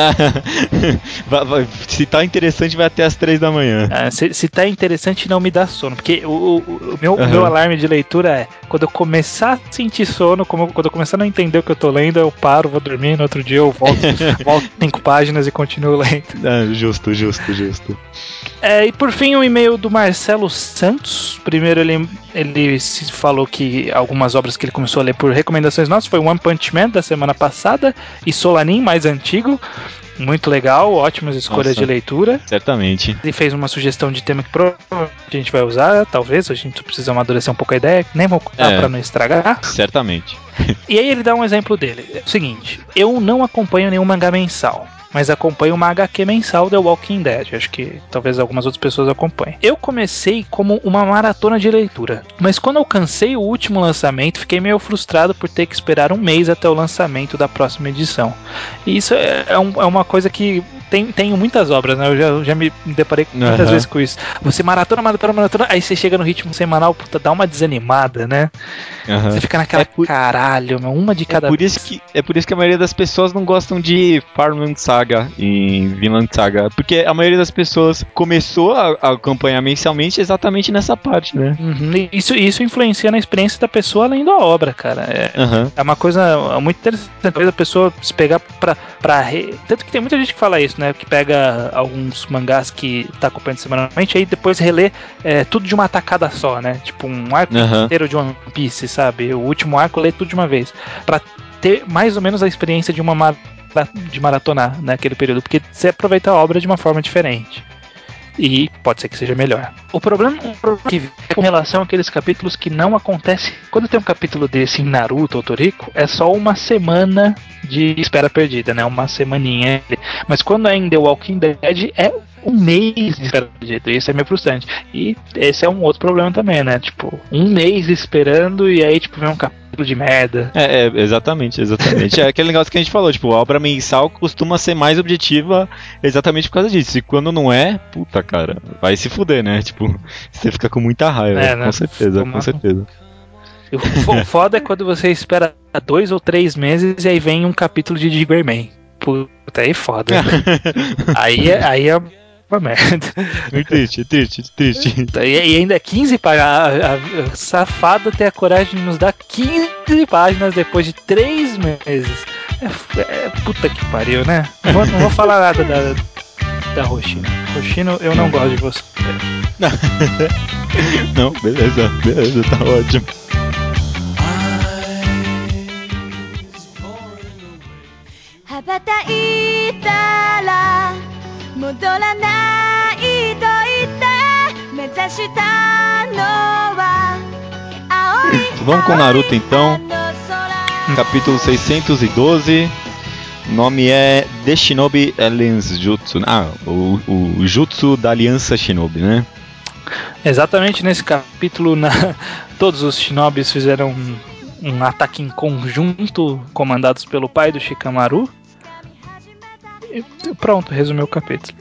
vai, vai, se tá interessante, vai até as três da manhã. É, se, se tá interessante, não me dá sono, porque o, o, o, meu, uhum. o meu alarme de leitura é quando eu começar a sentir sono, como, quando eu começar a não entender o que eu tô lendo, eu paro, vou dormir, no outro dia eu volto, volto cinco páginas e continuo lendo. Ah, justo, justo, justo. É, e por fim, um e-mail do Marcelo Santos. Primeiro ele, ele falou que algumas obras que ele começou a ler por recomendações nossas foi One Punch Man da semana passada e Solanin, mais antigo. Muito legal, ótimas escolhas Nossa, de leitura. Certamente. Ele fez uma sugestão de tema que provavelmente a gente vai usar, talvez, a gente precisa amadurecer um pouco a ideia, nem vou contar é, pra não estragar. Certamente. E aí ele dá um exemplo dele. É o seguinte, eu não acompanho nenhum mangá mensal, mas acompanho uma agá quê mensal, The Walking Dead. Acho que talvez algumas outras pessoas acompanhem. Eu comecei como uma maratona de leitura, mas quando alcancei o último lançamento, fiquei meio frustrado por ter que esperar um mês até o lançamento da próxima edição. E isso é, é, um, é uma coisa que tem, tenho muitas obras, né? Eu já, eu já me deparei muitas uhum. vezes com isso. Você maratona, maratona, maratona, aí você chega no ritmo semanal, puta, dá uma desanimada, né? Uhum. Você fica naquela, é por... caralho, uma de cada é por isso que É por isso que a maioria das pessoas não gostam de Farmland Saga e Vinland Saga, porque a maioria das pessoas começou a, a acompanhar mensalmente exatamente nessa parte, né? Uhum. Isso, isso influencia na experiência da pessoa além da obra, cara. É, uhum. é uma coisa muito interessante. Talvez a pessoa se pegar pra, pra re... Tanto que tem muita gente que fala isso, né? Que pega alguns mangás que tá acompanhando semanalmente, aí depois relê é, tudo de uma tacada só, né? Tipo um arco uhum. inteiro de One Piece, sabe? O último arco lê tudo de uma vez. Pra ter mais ou menos a experiência de uma mar... de maratonar naquele período, porque você aproveita a obra de uma forma diferente. E pode ser que seja melhor. O problema, o problema que é com relação àqueles capítulos que não acontece. Quando tem um capítulo desse em Naruto ou Toriko, é só uma semana de espera perdida, né? Uma semaninha. Mas quando é em The Walking Dead, é um mês de espera perdida. Isso é meio frustrante. E esse é um outro problema também, né? Tipo, um mês esperando e aí, tipo, vem um capítulo de merda. É, é exatamente, exatamente. É aquele negócio que a gente falou, tipo, a obra mensal costuma ser mais objetiva exatamente por causa disso. E quando não é, puta, cara, vai se fuder, né? Tipo, você fica com muita raiva. É, né? Com certeza, Uma... com certeza. O foda é quando você espera dois ou três meses e aí vem um capítulo de Diggerman. Puta, aí foda. aí, é, aí é uma merda. É triste, triste, triste. E ainda quinze páginas. A, a, a safada tem a coragem de nos dar quinze páginas depois de três meses. É, é, puta que pariu, né? Não vou, não vou falar nada da, da Hoshino. Hoshino, eu não gosto de você. Não, beleza, beleza, tá ótimo. Vamos com Naruto então. Capítulo seiscentos e doze. O nome é The Shinobi Alliance Jutsu. Ah, o, o Jutsu da Aliança Shinobi, né? Exatamente nesse capítulo, na... todos os Shinobis fizeram um, um ataque em conjunto, comandados pelo pai do Shikamaru. E pronto, resumiu o capítulo.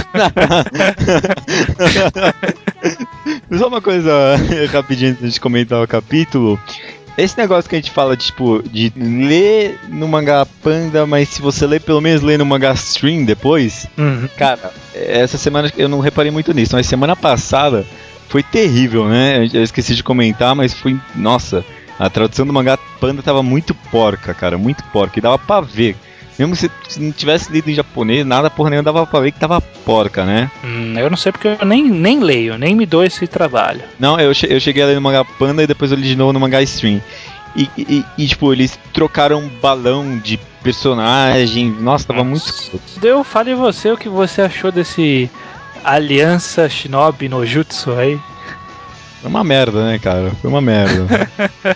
Só uma coisa rapidinho antes de comentar o capítulo. Esse negócio que a gente fala, tipo, de ler no mangá Panda, mas se você ler, pelo menos ler no mangá Stream depois, Uhum. Cara, essa semana eu não reparei muito nisso, mas semana passada foi terrível, né? Eu esqueci de comentar, mas foi... Nossa, a tradução do mangá Panda tava muito porca, cara, muito porca, e dava pra ver. Mesmo se, se não tivesse lido em japonês, nada porra nenhuma dava pra ver que tava porca, né? Hum, eu não sei porque eu nem, nem leio, nem me dou esse trabalho. Não, eu, che- eu cheguei a ler no mangá Panda e depois eu li de novo no mangá Stream. E, e, e, tipo, eles trocaram balão de personagem. Nossa, tava muito escroto. Deu, fale você o que você achou desse Aliança Shinobi no Jutsu aí. Foi uma merda, né, cara? Foi uma merda.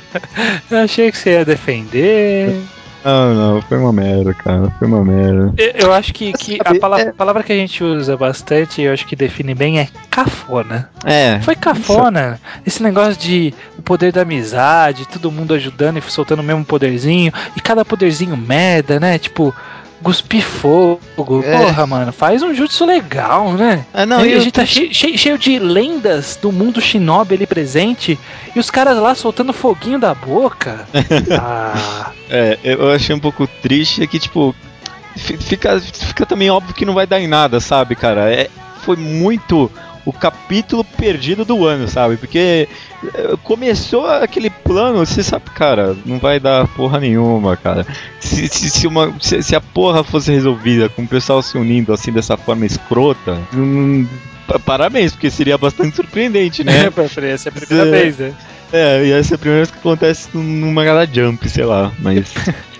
Eu achei que você ia defender. Não, não, foi uma merda, cara. Foi uma merda. Eu, eu acho que, que a Sabe, palavra, é- a palavra que a gente usa bastante, eu acho que define bem, é cafona. É. Foi cafona. Esse negócio de o poder da amizade, todo mundo ajudando e soltando o mesmo poderzinho, e cada poderzinho merda, né? Tipo, cuspir fogo. É. Porra, mano, faz um jutsu legal, né? É, não, e e a eu gente tá tô- cheio, cheio, cheio de lendas do mundo shinobi ali presente, e os caras lá soltando foguinho da boca. Ah. É, eu achei um pouco triste é que, tipo, fi- fica, fica também óbvio que não vai dar em nada, sabe, cara? É, foi muito o capítulo perdido do ano, sabe? Porque é, começou aquele plano, você sabe, cara, não vai dar porra nenhuma, cara. Se, se, se, uma, se, se a porra fosse resolvida com o pessoal se unindo assim dessa forma escrota, hum, pa- parabéns, porque seria bastante surpreendente, né? Essa é a primeira É. vez, né? É, e essa é a primeira vez que acontece numa galera Jump, sei lá, mas.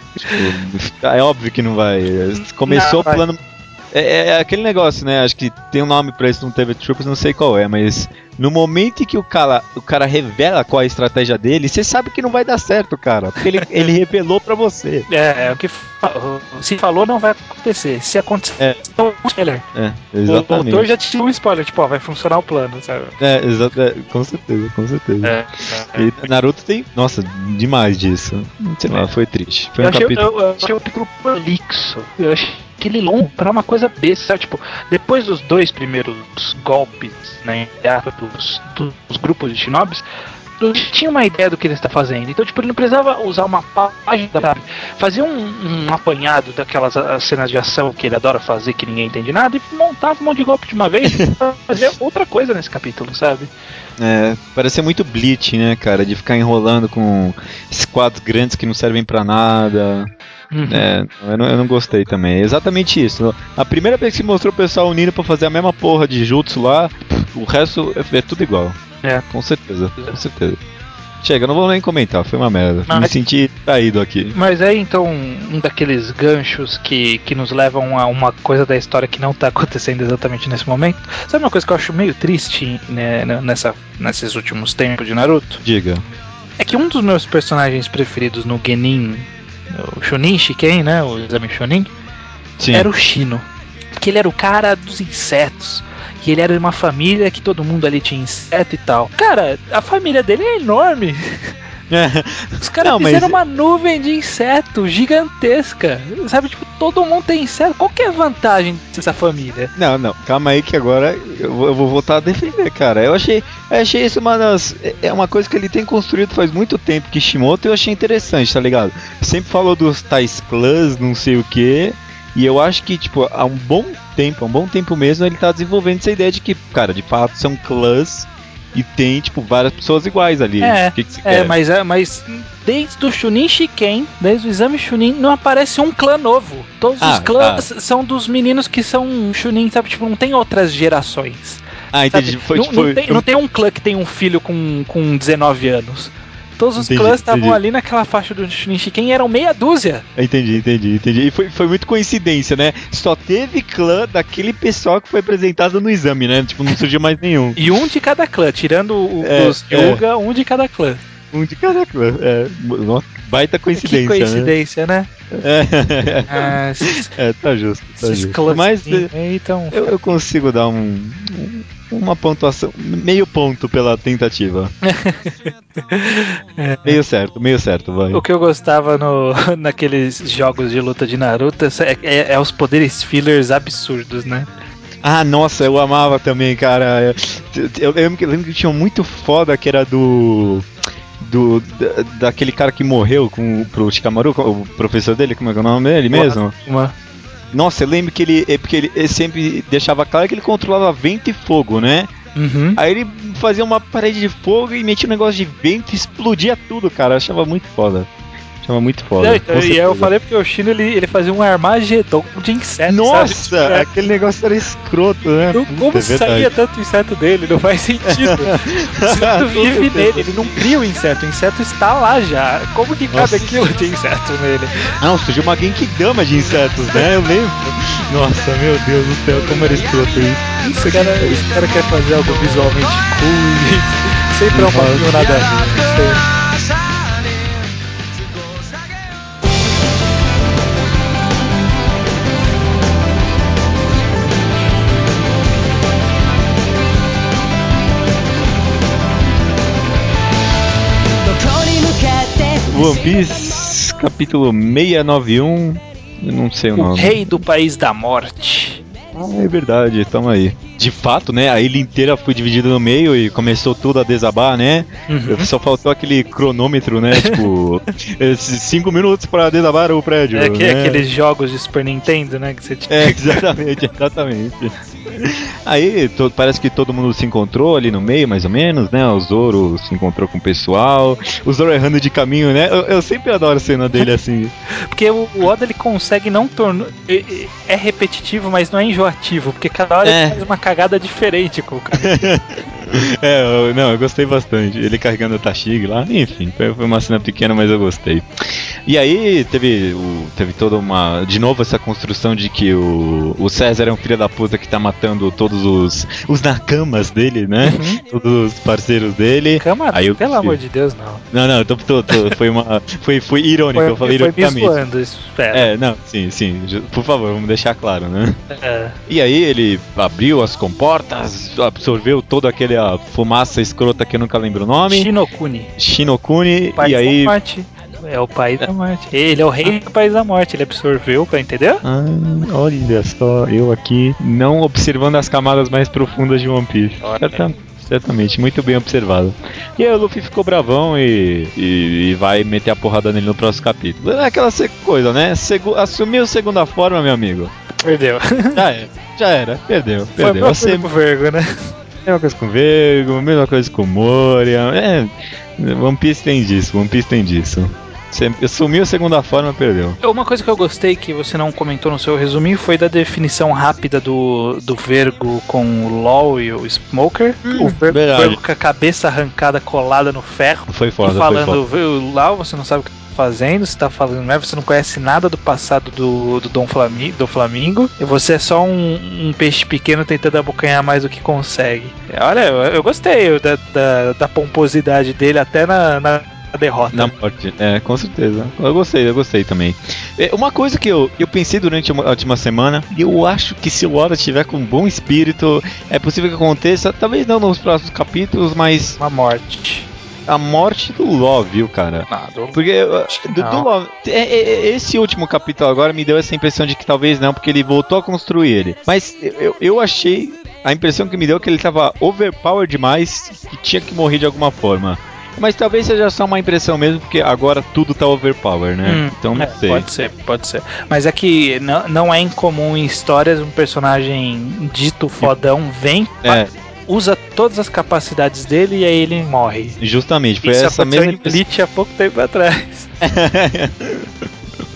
tipo, é óbvio que não vai. Começou Não, vai. o plano. É, é aquele negócio, né? Acho que tem um nome pra isso no T V Troopers, não sei qual é, mas no momento em que o cara, o cara revela qual é a estratégia dele, você sabe que não vai dar certo, cara. Porque ele, ele revelou pra você. É, é o que fa- se falou não vai acontecer. Se acontecer, É. é um spoiler. É, O autor exatamente. já te deu um spoiler, tipo, ó, vai funcionar o plano, sabe? É, exa- é, com certeza, com certeza. É. E Naruto tem, nossa, demais disso. Sei lá, foi triste. Foi Eu um achei, capítulo. eu, eu achei o capítulo prolixo. Eu achei aquele longo pra uma coisa besta, sabe? Tipo, depois dos dois primeiros golpes, né, dos, dos grupos de shinobis, eu tinha uma ideia do que ele está fazendo. Então, tipo, ele não precisava usar uma página, sabe? Fazer um, um apanhado daquelas ah, cenas de ação que ele adora fazer, que ninguém entende nada, e montava um monte de golpe de uma vez pra fazer outra coisa nesse capítulo, sabe? É, parecia muito Bleach, né, cara? De ficar enrolando com esses quadros grandes que não servem pra nada. Uhum. É, eu não, eu não gostei também. É exatamente isso. A primeira vez que mostrou o pessoal unindo pra fazer a mesma porra de jutsu lá, o resto é, é tudo igual. É. Com certeza, com certeza. Chega, não vou nem comentar, foi uma merda. Mas- Me senti traído aqui. Mas é então um daqueles ganchos que, que nos levam a uma coisa da história que não tá acontecendo exatamente nesse momento. Sabe uma coisa que eu acho meio triste, né, nessa, nesses últimos tempos de Naruto? Diga. É que um dos meus personagens preferidos no Genin, o Chunin Shiken, né, o exame Chunin, Sim. era o Shino. Que ele era o cara dos insetos. Que ele era de uma família que todo mundo ali tinha inseto e tal. Cara, a família dele é enorme. Os caras Não, mas- fizeram uma nuvem de inseto gigantesca. Sabe, tipo, todo mundo tem inseto. Qual que é a vantagem dessa família? Não, não, calma aí que agora eu vou, eu vou voltar a defender, cara. Eu achei, eu achei isso uma das. É uma coisa que ele tem construído faz muito tempo, Kishimoto, e eu achei interessante, tá ligado? Sempre falou dos tais clãs, não sei o que. E eu acho que, tipo, há um bom tempo, há um bom tempo mesmo, ele tá desenvolvendo essa ideia de que, cara, de fato são clãs e tem, tipo, várias pessoas iguais ali. É, O que que você É, quer? mas, é, mas desde o Chunin Shiken, desde o exame Chunin, não aparece um clã novo. Todos Ah, os clãs são dos meninos que são Chunin, sabe? Tipo, não tem outras gerações. Ah, entendi. Sabe? Foi, não, tipo, não, tem, foi- não tem um clã que tem um filho com, com dezenove anos. Todos os Entendi, clãs estavam entendi. ali naquela faixa do Chunin Shiken e eram meia dúzia. Entendi, entendi, entendi. E foi, foi muito coincidência, né? Só teve clã daquele pessoal que foi apresentado no exame, né? Tipo, não surgiu mais nenhum. E um de cada clã, tirando o, É, os Yuga, um de cada clã. confunde, caraca, é, nossa, baita coincidência, que coincidência, né? né? É, Ah, esses, é, tá justo, tá esses justo. Mas então... eu, eu consigo dar um, uma pontuação, meio ponto pela tentativa. É. Meio certo, meio certo, vai. O que eu gostava no, naqueles jogos de luta de Naruto é, é, é os poderes fillers absurdos, né? Ah, nossa, eu amava também, cara. Eu, eu, lembro, que, eu lembro que tinha um muito foda que era do. Do, da, daquele cara que morreu com, pro Shikamaru, o professor dele, como é que é o nome dele mesmo? Uma. Nossa, eu lembro que ele. É porque ele, ele sempre deixava claro que ele controlava vento e fogo, né? Uhum. Aí ele fazia uma parede de fogo e metia um negócio de vento e explodia tudo, cara. Eu achava muito foda. Achava muito foda. Não, então, e eu falei porque o Shino ele, ele fazia um Armagedon de insetos. Nossa, sabe? É. Aquele negócio era escroto, né? Então, Puta, como é saía tanto inseto dele? Não faz sentido. O inseto vive nele, ele não cria o inseto, o inseto está lá já. Como que cabe Nossa. aquilo de inseto nele? Não, surgiu uma Genkidama de insetos, né? Eu lembro. Nossa, meu Deus do céu, como era escroto isso. Esse cara, esse cara quer fazer algo visualmente cool e sempre é um pouquinho nada a ver. One Piece, capítulo seiscentos e noventa e um, eu não sei o, o nome. O Rei do País da Morte. Ah, é verdade, tamo aí. De fato, né, a ilha inteira foi dividida no meio e começou tudo a desabar, né? Uhum. Só faltou aquele cronômetro, né? Tipo, cinco minutos pra desabar o prédio. É que, né? Aqueles jogos de Super Nintendo, né? Que você tinha. É, exatamente, exatamente. Aí to, parece que todo mundo se encontrou ali no meio, mais ou menos, né? O Zoro se encontrou com o pessoal. O Zoro errando de caminho, né? Eu, eu sempre adoro a cena dele assim. Porque o, o Oda ele consegue não tornar. É, é repetitivo, mas não é enjoativo. Porque cada hora é. ele faz uma cagada diferente com o caminho. É, eu, não, eu gostei bastante. Ele carregando o Tashig lá, enfim, foi, foi uma cena pequena, mas eu gostei. E aí teve, o, teve toda uma. De novo, essa construção de que o, o César é um filho da puta que tá matando todos os, os nakamas dele, né? Uhum. Todos os parceiros dele. Cama, aí eu, pelo amor de Deus, não. Não, não, tô, tô, tô, foi uma. Foi, foi irônico, foi, eu falei foi ironicamente. Me zoando, espera. É, não, sim, sim. Por favor, vamos deixar claro, né? É. E aí ele abriu as comportas, absorveu toda aquela fumaça escrota que eu nunca lembro o nome. Shinokuni. Shinokuni, País e aí. Da morte. É o país da morte. Ele é o rei do país da morte, ele absorveu, pra entender? Ah, olha só, eu aqui não observando as camadas mais profundas de One Piece. Certamente, certamente, muito bem observado. E aí o Luffy ficou bravão e, e, e vai meter a porrada nele no próximo capítulo. É aquela coisa, né? Segu- assumiu segunda forma, meu amigo. Perdeu. Já era, já era, perdeu, Foi perdeu. a mesma coisa com o Vergo, né? Mesma coisa com o Vergo, mesma coisa com o Moria. É, One Piece tem disso, One Piece tem disso. Sumiu a segunda forma, perdeu. Uma coisa que eu gostei que você não comentou no seu resuminho foi da definição rápida do, do Vergo com o LOL e o Smoker. Hum, o Vergo, Vergo com a cabeça arrancada, colada no ferro. Foi foda, e falando, foi foda. LOL, você não sabe o que tá fazendo, você tá falando, né? Você não conhece nada do passado do, do Dom Flami, do Flamingo. E você é só um, um peixe pequeno tentando abocanhar mais do que consegue. Olha, eu, eu gostei da, da, da pomposidade dele até na... na a derrota. Na morte, é, com certeza. Eu gostei, eu gostei também. É, uma coisa que eu, eu pensei durante a última semana, e eu acho que se o Oda estiver com um bom espírito, é possível que aconteça, talvez não nos próximos capítulos, mas... Uma morte. A morte do Love, viu, cara? Ah, do... Porque do, do Love, é, é, esse último capítulo agora me deu essa impressão de que talvez não, porque ele voltou a construir ele. Mas eu, eu achei, a impressão que me deu é que ele tava overpowered demais e tinha que morrer de alguma forma. Mas talvez seja só uma impressão mesmo, porque agora tudo tá overpower, né? Hum, então não é, sei. Pode ser, pode ser. Mas é que não, não é incomum em histórias um personagem dito fodão vem, é. usa todas as capacidades dele e aí ele morre. Justamente, foi Isso essa mesma impressão. Bleach há pouco tempo atrás.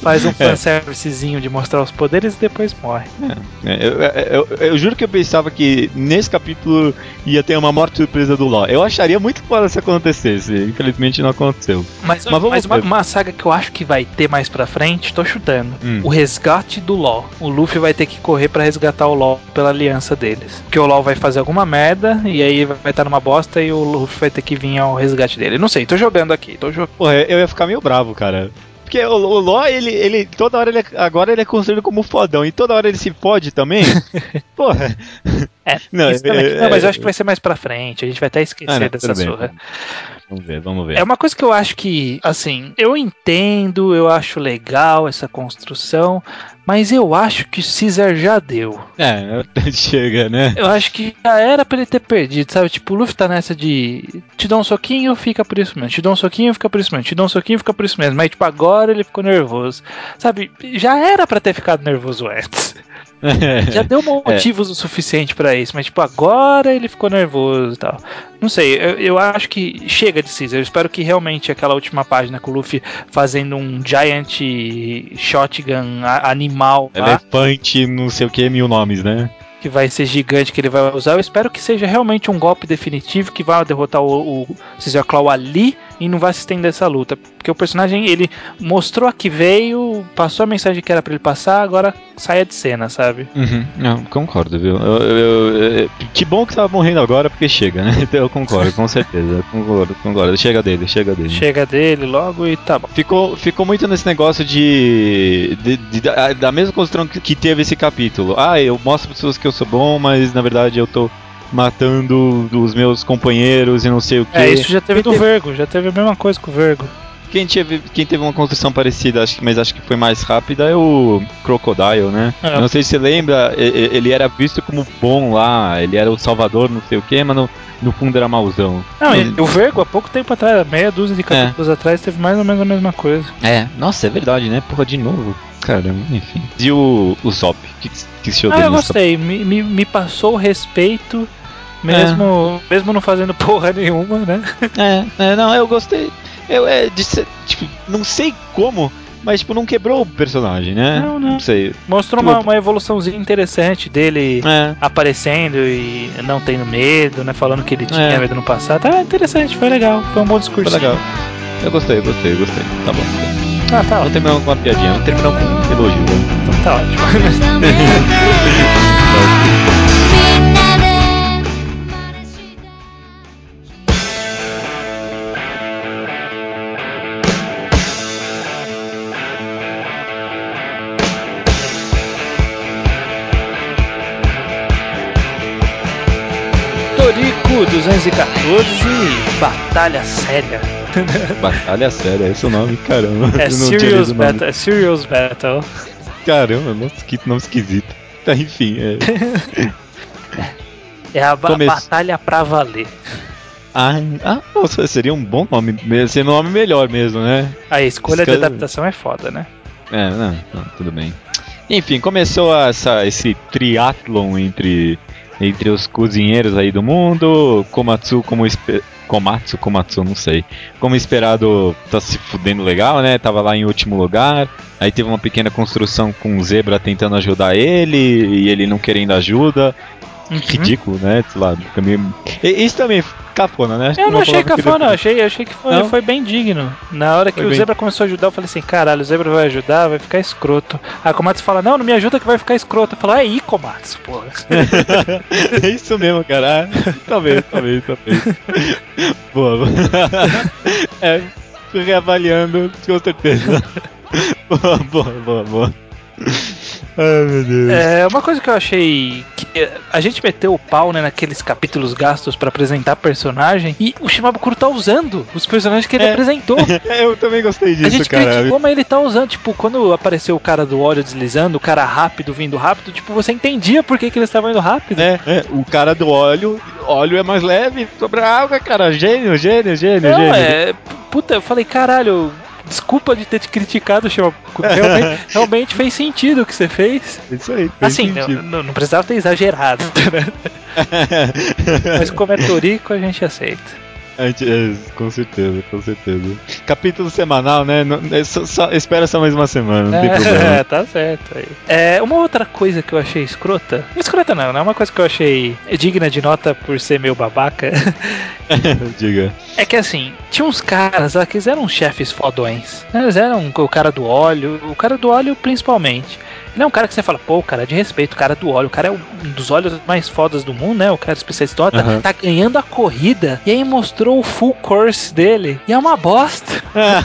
Faz um fanservicezinho de mostrar os poderes e depois morre. É, é, eu, eu, eu, eu juro que eu pensava que nesse capítulo ia ter uma morte surpresa do Law. Eu acharia muito foda se acontecesse. Infelizmente não aconteceu. Mas, mas, mas uma, uma saga que eu acho que vai ter mais pra frente, tô chutando. Hum. O resgate do Law. O Luffy vai ter que correr pra resgatar o Law pela aliança deles. Porque o Law vai fazer alguma merda e aí vai estar numa bosta e o Luffy vai ter que vir ao resgate dele. Não sei, tô jogando aqui. Tô jogando. Porra, eu ia ficar meio bravo, cara. Porque o, o Law, ele, ele, toda hora ele é, agora ele é construído como fodão, e toda hora ele se fode também. Porra. É, não, é, é, não, mas eu acho que vai ser mais pra frente, a gente vai até esquecer ah, não, dessa surra. Vamos ver, vamos ver. É uma coisa que eu acho que, assim, eu entendo, eu acho legal essa construção, mas eu acho que o Caesar já deu. É, chega, né? Eu acho que já era pra ele ter perdido, sabe? Tipo, o Luffy tá nessa de te dá um soquinho, fica por isso mesmo. Te dá um soquinho, fica por isso mesmo. Te dá um soquinho, fica por isso mesmo. Mas, tipo, agora ele ficou nervoso. Sabe? Já era pra ter ficado nervoso antes. Já deu motivos é. o suficiente pra isso, mas tipo, agora ele ficou nervoso e tal. Não sei, eu, eu acho que chega de Caesar. Eu espero que realmente aquela última página com o Luffy fazendo um giant shotgun animal. Elefante, tá? Não sei o que, mil nomes, né? Que vai ser gigante que ele vai usar. Eu espero que seja realmente um golpe definitivo que vai derrotar o, o Caesar Claw ali e não vai se estender essa luta. Porque o personagem, ele mostrou a que veio, passou a mensagem que era pra ele passar, agora saia de cena, sabe? Uhum. Não, concordo, viu? Eu, eu, eu, que bom que tava morrendo agora, porque chega, né? Eu concordo, com certeza. Concordo, concordo. Chega dele, chega dele. Chega dele logo e tá bom. Ficou, ficou muito nesse negócio de, de, de, de da mesma construção que, que teve esse capítulo. Ah, eu mostro pra pessoas que eu sou bom, mas na verdade eu tô matando os meus companheiros e não sei o que. É, isso já teve do Vergo, já teve a mesma coisa com o Vergo. Quem teve, quem teve uma construção parecida, acho, mas acho que foi mais rápida, é o Crocodile, né? É. Não sei se você lembra, ele era visto como bom lá, ele era o salvador, não sei o que, mas no, no fundo era mauzão. Não, ele, o Vergo, há pouco tempo atrás, meia dúzia de capítulos é. atrás, teve mais ou menos a mesma coisa. É, nossa, é verdade, né? Porra, de novo. Caramba, enfim. E o, o Zop? Que, que se ah, eu gostei, me, me, me passou o respeito. Mesmo, é. mesmo não fazendo porra nenhuma, né? É, é não, eu gostei. Eu, é, de ser, tipo, não sei como, mas tipo, não quebrou o personagem, né? Não, não. Não sei. Mostrou uma, uma evoluçãozinha interessante dele é. aparecendo e não tendo medo, né? Falando que ele tinha é. medo no passado. Ah, interessante, foi legal. Foi um bom discurso. Foi legal. Eu gostei, eu gostei, eu gostei. Tá bom. Ah, tá. Vamos terminar com uma piadinha, vamos terminar com um elogio. Né? Então tá ótimo. Toriko duzentos e quatorze, Batalha Séria. Batalha Séria, esse é o nome, caramba. É Serious Battle, é Serious Battle. Caramba, nossa, que nome esquisito. Tá, enfim, é... é a ba- Come... Batalha pra Valer. Ah, ah, nossa, seria um bom nome, seria um nome melhor mesmo, né? A escolha Esse de cara... adaptação é foda, né? É, não, não, tudo bem. Enfim, começou essa, esse triatlon entre... entre os cozinheiros aí do mundo, Komatsu como espe... Komatsu, Komatsu, não sei. Como esperado, tá se fudendo legal, né? Tava lá em último lugar. Aí teve uma pequena construção com o Zebra tentando ajudar ele e ele não querendo ajuda. Uhum. Ridículo, né? Sei lá, meio... Isso também cafona, né? Eu não achei cafona, eu achei, achei que foi, foi bem digno. Na hora que foi o bem... Zebra começou a ajudar, eu falei assim, caralho, o Zebra vai ajudar, vai ficar escroto. Aí o Komatsu fala, não, não me ajuda que vai ficar escroto. Eu falo, aí, Komatsu, porra. É isso mesmo, cara. Talvez, talvez, talvez. Boa. É, fui reavaliando, com certeza. Boa, boa, boa, boa. Ai, meu Deus. É, uma coisa que eu achei que a gente meteu o pau, né, naqueles capítulos gastos pra apresentar personagem e o Shimabukuro tá usando os personagens que ele é. apresentou. Eu também gostei disso, cara. A gente cara. criticou, mas ele tá usando, tipo, quando apareceu o cara do óleo deslizando, o cara rápido vindo rápido, tipo, você entendia por que, que eles estavam indo rápido. É, é, o cara do óleo, óleo é mais leve sobre a água, cara. Gênio, gênio, gênio, Não, gênio. É, puta, eu falei, caralho. Desculpa de ter te criticado, Shimabukuro. Realmente, realmente fez sentido o que você fez. Isso aí, fez assim, sentido. Não, não precisava ter exagerado, né? Mas como é Toriko, a gente aceita. Antes, é, com certeza, com certeza. Capítulo semanal, né? Não, é só, só, espera só mais uma semana, não é, tem problema. É, tá certo aí. É, uma outra coisa que eu achei escrota. Escrota não, né? Uma coisa que eu achei digna de nota por ser meio babaca. Diga. É que assim, tinha uns caras lá que eles eram chefes fodões. Eles eram o cara do óleo, o cara do óleo principalmente. Ele é um cara que você fala, pô, o cara é de respeito, o cara do óleo, o cara é um dos óleos mais fodas do mundo, né? O cara especialista tá, Uhum. tá ganhando a corrida. E aí mostrou o full course dele. E é uma bosta.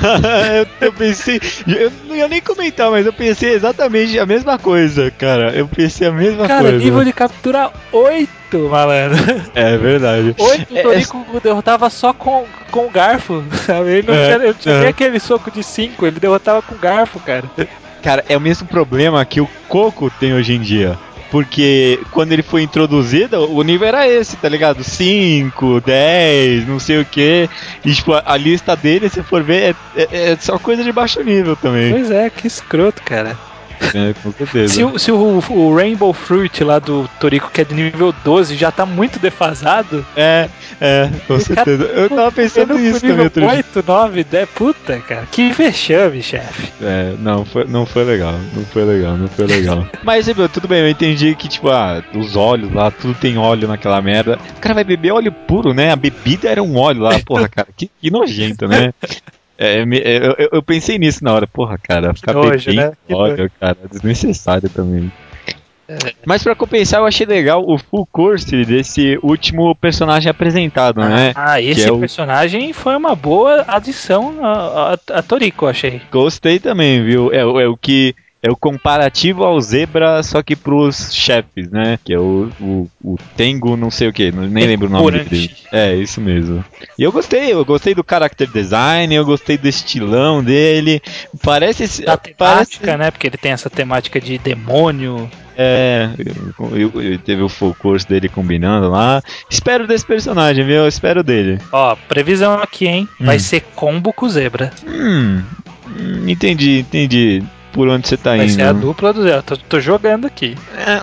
eu, eu pensei, eu não ia nem comentar, mas eu pensei exatamente a mesma coisa, cara. Eu pensei a mesma cara, coisa. Cara, nível de captura oito, malandro. É verdade. oito, o é, Toriko é... derrotava só com, com garfo, sabe? Ele não, é, tinha, ele tinha é. nem aquele soco de cinco, ele derrotava com garfo, cara. Cara, é o mesmo problema que o Coco tem hoje em dia. Porque quando ele foi introduzido, o nível era esse, tá ligado? cinco, dez, não sei o que. E tipo, a, a lista dele, se for ver, é, é, é só coisa de baixo nível também. Pois é, que escroto, cara. É, com certeza. Se, o, se o, o Rainbow Fruit lá do Toriko, que é de nível doze, já tá muito defasado. É, é, com certeza. Cara, eu tava pensando nisso também outro dia. oito, nove, dez, puta, cara. Que vexame, chefe. É, não foi, não foi legal. Não foi legal, não foi legal. Mas, meu, tudo bem, eu entendi que, tipo, ah, os óleos lá, tudo tem óleo naquela merda. O cara vai beber óleo puro, né? A bebida era um óleo lá, porra, cara. Que, que nojento, né? É, eu, eu, eu pensei nisso na hora, porra, cara, ficar nojo, bebendo né? óleo, cara, desnecessário também. É. Mas pra compensar, eu achei legal o full course desse último personagem apresentado, ah, né? Ah, esse que é personagem o... foi uma boa adição a, a, a Toriko, eu achei. Gostei também, viu? É, é o que... É o comparativo ao Zebra, só que pros chefes, né? Que é o, o, o Tengu não sei o que, nem lembro o nome dele. É, isso mesmo. E eu gostei, eu gostei do character design, eu gostei do estilão dele. Parece... Da parece... temática, né? Porque ele tem essa temática de demônio. É, eu, eu, eu teve o full course dele combinando lá. Espero desse personagem, viu? Eu espero dele. Ó, previsão aqui, hein? Vai hum. ser combo com Zebra. Hum, entendi, entendi. Por onde você tá Vai indo? Vai ser a dupla do Zebra. Tô, tô jogando aqui. É,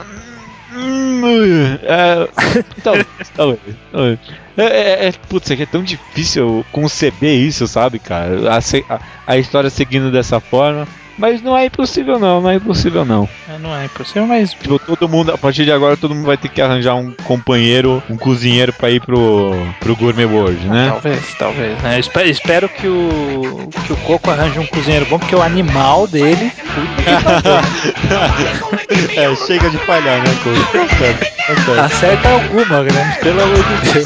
hum, é, talvez, talvez. talvez. É, é, é, putz, é que é tão difícil conceber isso, sabe, cara? A, a, a história seguindo dessa forma. Mas não é impossível não, não é impossível não. É, não é impossível, mas... Tipo, todo mundo, a partir de agora, todo mundo vai ter que arranjar um companheiro, um cozinheiro pra ir pro, pro Gourmet World, né? Talvez, talvez, né? Eu espero, espero que o que o Coco arranje um cozinheiro bom, porque o animal dele... é, chega de falhar, né, Coco? Tá certo, tá certo. Acerta alguma, né? Pelo amor de Deus.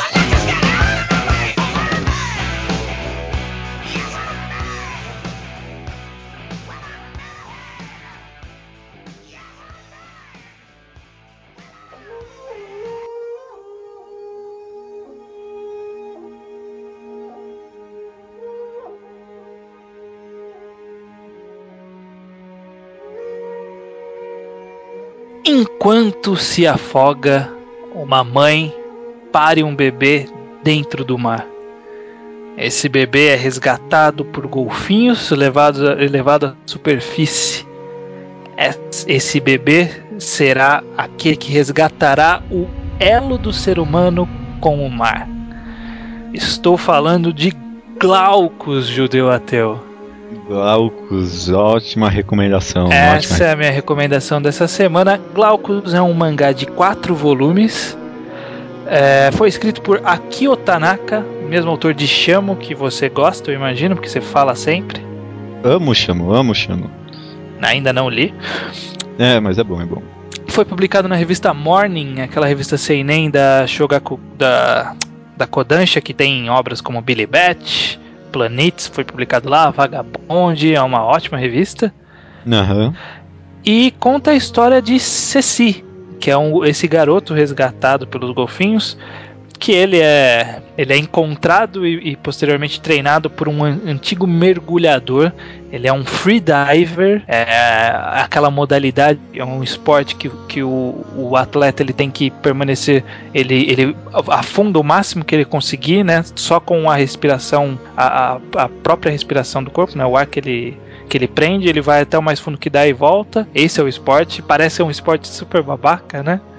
Enquanto se afoga, uma mãe pare um bebê dentro do mar. Esse bebê é resgatado por golfinhos, levado, levado à superfície. Esse bebê será aquele que resgatará o elo do ser humano com o mar. Estou falando de Glaucus, judeu ateu. Glaucus, ótima recomendação. Essa ótima. é a minha recomendação dessa semana. Glaucus é um mangá de quatro volumes. É, foi escrito por Akio Tanaka, mesmo autor de Shamo, que você gosta, eu imagino, porque você fala sempre. Amo Shamo, amo Shamo. Ainda não li. É, mas é bom, é bom. Foi publicado na revista Morning, aquela revista seinen da Shogaku, da, da Kodansha, que tem obras como Billy Bat, Planets, foi publicado lá, Vagabond, é uma ótima revista. Uhum. E conta a história de Ceci, que é um, esse garoto resgatado pelos golfinhos, que ele é, ele é encontrado e, e posteriormente treinado por um antigo mergulhador. Ele é um freediver, é aquela modalidade, é um esporte que, que o, o atleta ele tem que permanecer, ele, ele afunda o máximo que ele conseguir, né, só com a respiração, a, a, a própria respiração do corpo, né, o ar que ele, que ele prende, ele vai até o mais fundo que dá e volta. Esse é o esporte, parece um esporte super babaca, né?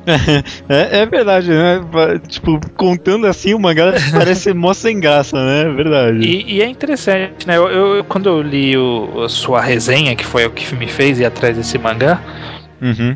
É, é verdade, né? Tipo, contando assim, o mangá parece mó sem graça, né? É verdade. E, e é interessante, né? Eu, eu- quando eu li o, a sua resenha, que foi o que me fez ir atrás desse mangá, Uhum.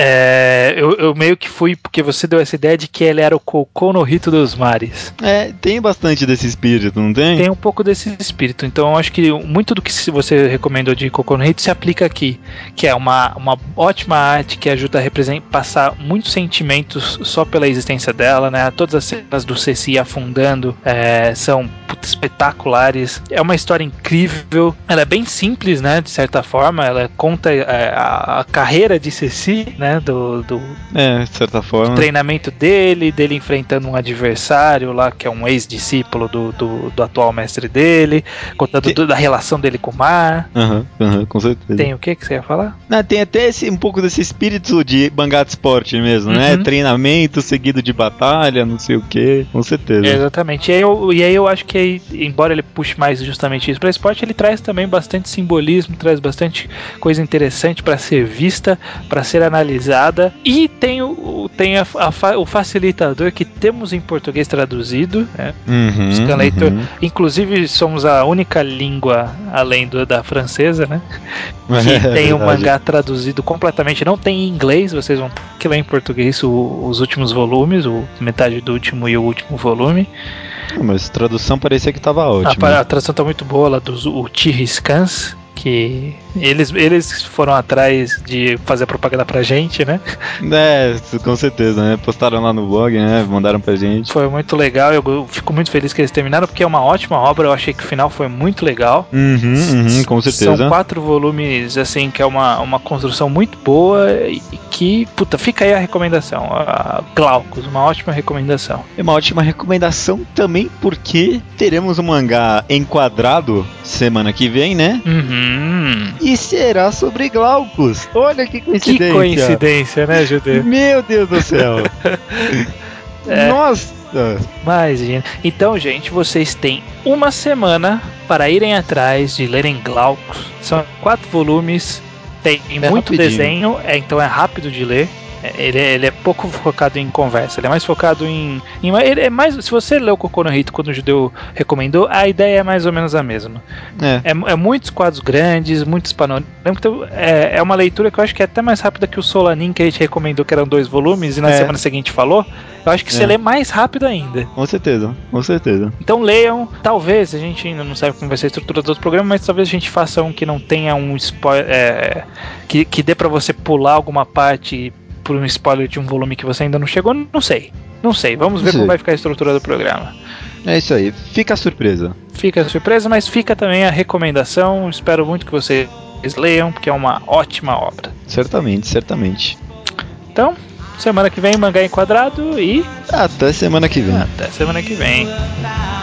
é, eu, eu meio que fui porque você deu essa ideia de que ele era o Cocô no Rito dos Mares. É, tem bastante desse espírito, não tem? Tem um pouco desse espírito, então eu acho que muito do que você recomendou de Cocô no Rito se aplica aqui, que é uma, uma ótima arte que ajuda a represent, passar muitos sentimentos só pela existência dela, né? Todas as cenas do Ceci afundando é, são puta, espetaculares. É uma história incrível, ela é bem simples, né? De certa forma, ela conta é, a, a carreira de Ceci, né? Do, do, É, de certa forma. do treinamento dele, dele enfrentando um adversário lá que é um ex-discípulo do, do, do atual mestre dele, contando Tem... do, da relação dele com o mar. Aham, uhum, uhum, com certeza. Tem o que que você ia falar? Ah, tem até esse, um pouco desse espírito de mangá de esporte mesmo, Uhum. né? Treinamento seguido de batalha, não sei o que, com certeza. É, exatamente. E aí, eu, e aí eu acho que, aí, embora ele puxe mais justamente isso para esporte, ele traz também bastante simbolismo, traz bastante coisa interessante para ser vista, para ser analisada. E tem, o, tem a, a, o facilitador que temos em português traduzido, né? Uhum, Scanlator. uhum. Inclusive, somos a única língua, além do, da francesa, né? Que É, tem o verdade. mangá traduzido completamente. Não tem em inglês, vocês vão ter que ler em português o, os últimos volumes, o metade do último e o último volume. Ah, mas a tradução parecia que tava ótima. A, a tradução tá muito boa lá dos o Scans, que eles, eles foram atrás de fazer propaganda pra gente, né? É, com certeza, né? Postaram lá no blog, né? Mandaram pra gente. Foi muito legal, eu, eu fico muito feliz que eles terminaram, porque é uma ótima obra, eu achei que o final foi muito legal. Uhum, uhum, com certeza. São quatro volumes, assim, que é uma, uma construção muito boa e que, puta, fica aí a recomendação. A Glaucus, uma ótima recomendação. É uma ótima recomendação também porque teremos um mangá enquadrado semana que vem, né? Uhum. E será sobre Glaucus. Olha que coincidência. Que coincidência, né, Judeu? Meu Deus do céu. É. Nossa. Imagina. Então, gente, vocês têm uma semana para irem atrás de lerem Glaucus. São quatro volumes, tem É muito rapidinho. desenho, é, então é rápido de ler. Ele é, ele é pouco focado em conversa, ele é mais focado em. em ele é mais, se você leu o Cocô no Rito quando o Judeu recomendou, a ideia é mais ou menos a mesma. É. É, é muitos quadros grandes, muitos panoramas. Então, é, é uma leitura que eu acho que é até mais rápida que o Solanin, que a gente recomendou que eram dois volumes, e na É. semana seguinte falou. Eu acho que você É. lê mais rápido ainda. Com certeza, com certeza. Então leiam, talvez, a gente ainda não sabe como vai ser a estrutura do outro programa, mas talvez a gente faça um que não tenha um spoiler, é, que, que dê pra você pular alguma parte por um spoiler de um volume que você ainda não chegou, não sei. Não sei, vamos ver Não sei. como vai ficar a estrutura do programa. É isso aí, fica a surpresa. Fica a surpresa, mas fica também a recomendação. Espero muito que vocês leiam, porque é uma ótima obra. Certamente, certamente. Então, semana que vem, mangá enquadrado e Até semana que vem. até semana que vem.